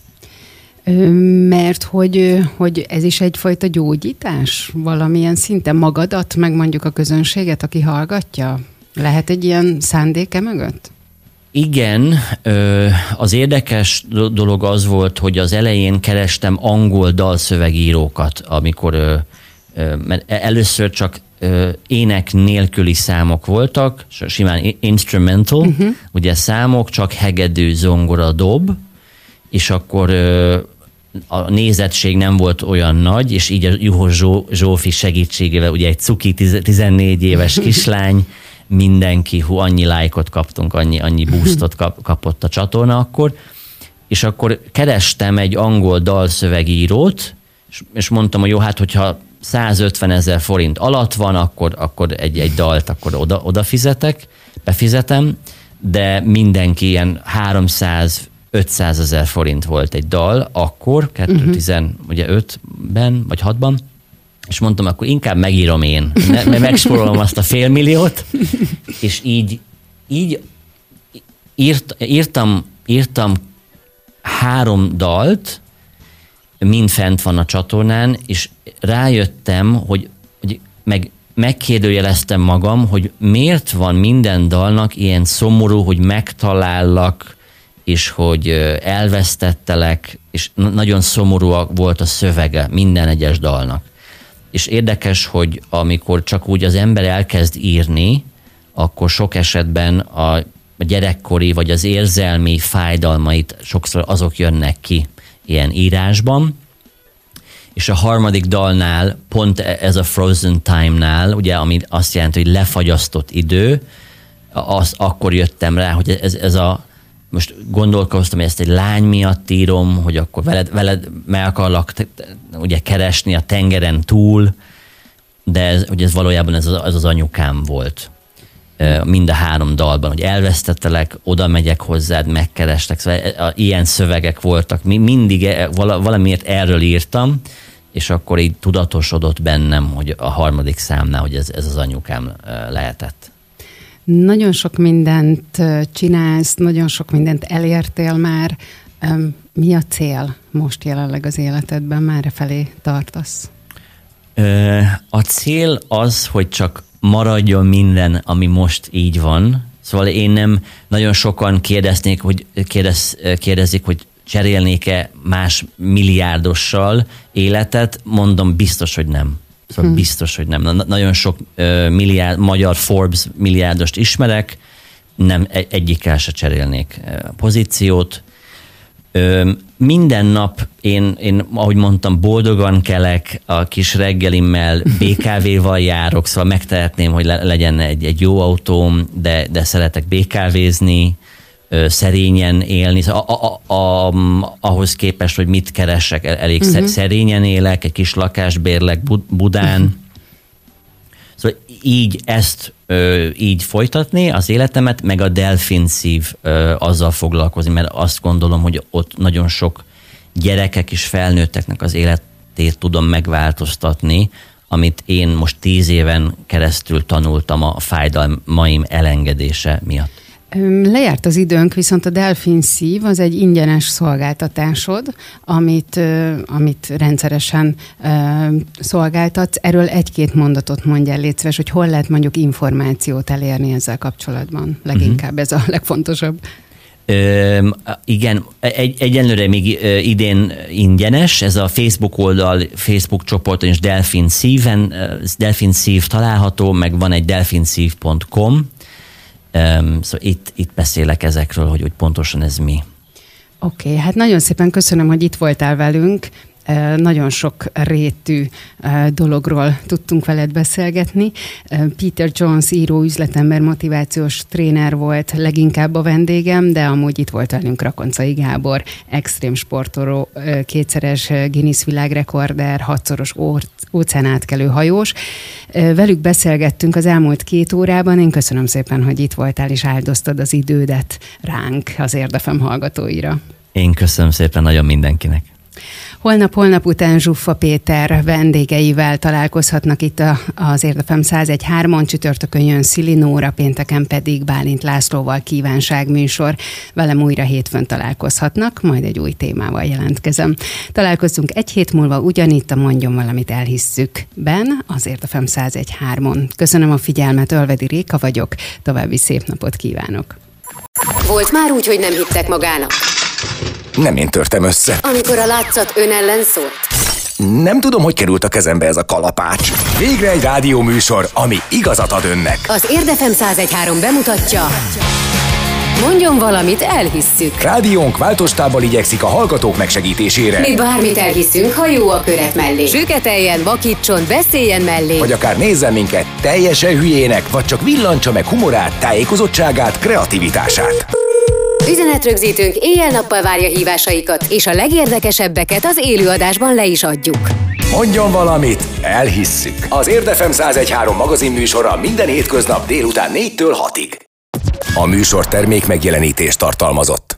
Mert hogy ez is egyfajta gyógyítás valamilyen szinten magadat, meg mondjuk a közönséget, aki hallgatja? Lehet egy ilyen szándéke mögött? Igen, az érdekes dolog az volt, hogy az elején kerestem angol dalszövegírókat, amikor mert először csak ének nélküli számok voltak, simán instrumental, ugye számok, csak hegedű, zongora, dob, és akkor a nézettség nem volt olyan nagy, és így a Juhos Zsófi segítségével, ugye egy cuki 14 éves kislány, mindenki, annyi lájkot kaptunk, annyi boostot kapott a csatorna akkor, és akkor kerestem egy angol dalszövegírót, és mondtam, hogy jó, hát hogyha 150 000 forint alatt van, akkor egy dalt akkor oda befizetem, de mindenki ilyen 300-500 000 forint volt egy dal akkor, 2015-ben vagy 6-ban, és mondtam, akkor inkább megírom én, megspórolom azt a $500 000, és így írtam 3 dalt, mind fent van a csatornán, és rájöttem, hogy meg megkérdőjeleztem magam, hogy miért van minden dalnak ilyen szomorú, hogy megtalállak, és hogy elvesztettelek, és nagyon szomorú volt a szövege minden egyes dalnak. És érdekes, hogy amikor csak úgy az ember elkezd írni, akkor sok esetben a gyerekkori vagy az érzelmi fájdalmait sokszor azok jönnek ki ilyen írásban. És a harmadik dalnál, pont ez a Frozen Time-nál, ugye, ami azt jelenti, hogy lefagyasztott idő, akkor jöttem rá, hogy ez a, most gondolkoztam, hogy ezt egy lány miatt írom, hogy akkor veled meg akarlak ugye keresni a tengeren túl, de hogy ez valójában ez az anyukám volt. Mind a 3 dalban, hogy elvesztettelek, oda megyek hozzád, megkerestek, szóval ilyen szövegek voltak. Mindig valamiért erről írtam, és akkor így tudatosodott bennem, hogy a harmadik számnál, hogy ez az anyukám lehetett. Nagyon sok mindent csinálsz, nagyon sok mindent elértél már. Mi a cél most jelenleg az életedben? Merre felé tartasz? A cél az, hogy csak maradjon minden, ami most így van. Szóval én nem, nagyon sokan kérdezik, hogy cserélnék-e más milliárdossal életet, mondom, biztos, hogy nem. Szóval biztos, hogy nem. Nagyon sok magyar Forbes milliárdost ismerek, nem egyikkel se cserélnék pozíciót. Minden nap én, ahogy mondtam, boldogan kelek, a kis reggelimmel, BKV-val járok, szóval megtehetném, hogy legyen egy jó autóm, de szeretek BKV-zni, szerényen élni. Szóval ahhoz képest, hogy mit keresek, elég szerényen élek, egy kis lakást bérlek Budán. Szóval így folytatni az életemet, meg a Delfin Szív azzal foglalkozni, mert azt gondolom, hogy ott nagyon sok gyerekek és felnőtteknek az életét tudom megváltoztatni, amit én most 10 éven keresztül tanultam a fájdalmaim elengedése miatt. Lejárt az időnk, viszont a Delfin Szív az egy ingyenes szolgáltatásod, amit rendszeresen szolgáltatsz. Erről 1-2 mondatot mondjál, légy szíves, hogy hol lehet mondjuk információt elérni ezzel kapcsolatban. Leginkább ez a legfontosabb. Igen, egyenlőre még idén ingyenes, ez a Facebook oldal, Facebook csoporton és Delfin Szív található, meg van egy delfinszív.com. Szóval itt beszélek ezekről, hogy pontosan ez mi. Oké, hát nagyon szépen köszönöm, hogy itt voltál velünk. Nagyon sok rétű dologról tudtunk veled beszélgetni. Peter Jones író, üzletember, motivációs tréner volt leginkább a vendégem, de amúgy itt volt velünk Rakoncai Gábor, extrém sportoló, 2-szeres Guinness világrekorder, 6-szoros óceánátkelő hajós. Velük beszélgettünk az elmúlt 2 órában. Én köszönöm szépen, hogy itt voltál és áldoztad az idődet ránk, az Érd FM hallgatóira. Én köszönöm szépen nagyon mindenkinek. Holnap után Zsuffa Péter vendégeivel találkozhatnak itt az Érd FM 101.3-on, csütörtökön jön Szili Nóra, pénteken pedig Bálint Lászlóval kívánságműsor. Velem újra hétfőn találkozhatnak, majd egy új témával jelentkezem. Találkozunk egy hét múlva ugyanitt a Mondjon Valamit Elhisszük-ben, az Érd FM 101.3-on. Köszönöm a figyelmet, Ölvedi Réka vagyok, további szép napot kívánok. Volt már úgy, hogy nem hittek magának? Nem én törtem össze. Amikor a látszat ön ellen szólt? Nem tudom, hogy került a kezembe ez a kalapács. Végre egy rádióműsor, ami igazat ad önnek. Az Érd FM 101.3 bemutatja. Mondjon valamit, elhisszük. Rádiónk változtábbal igyekszik a hallgatók megsegítésére. Mi bármit elhiszünk, ha jó a köret mellé. Süketeljen, vakítson, beszéljen mellé. Vagy akár nézzen minket teljesen hülyének, vagy csak villantsa meg humorát, tájékozottságát, kreativitását. Üzenetrögzítőnk éjjel-nappal várja hívásaikat, és a legérdekesebbeket az élőadásban le is adjuk. Mondjon valamit, elhisszük. Az Érd FM 101.3 magazinműsora minden hétköznap délután 4-től 6-ig. A műsor termék megjelenítést tartalmazott.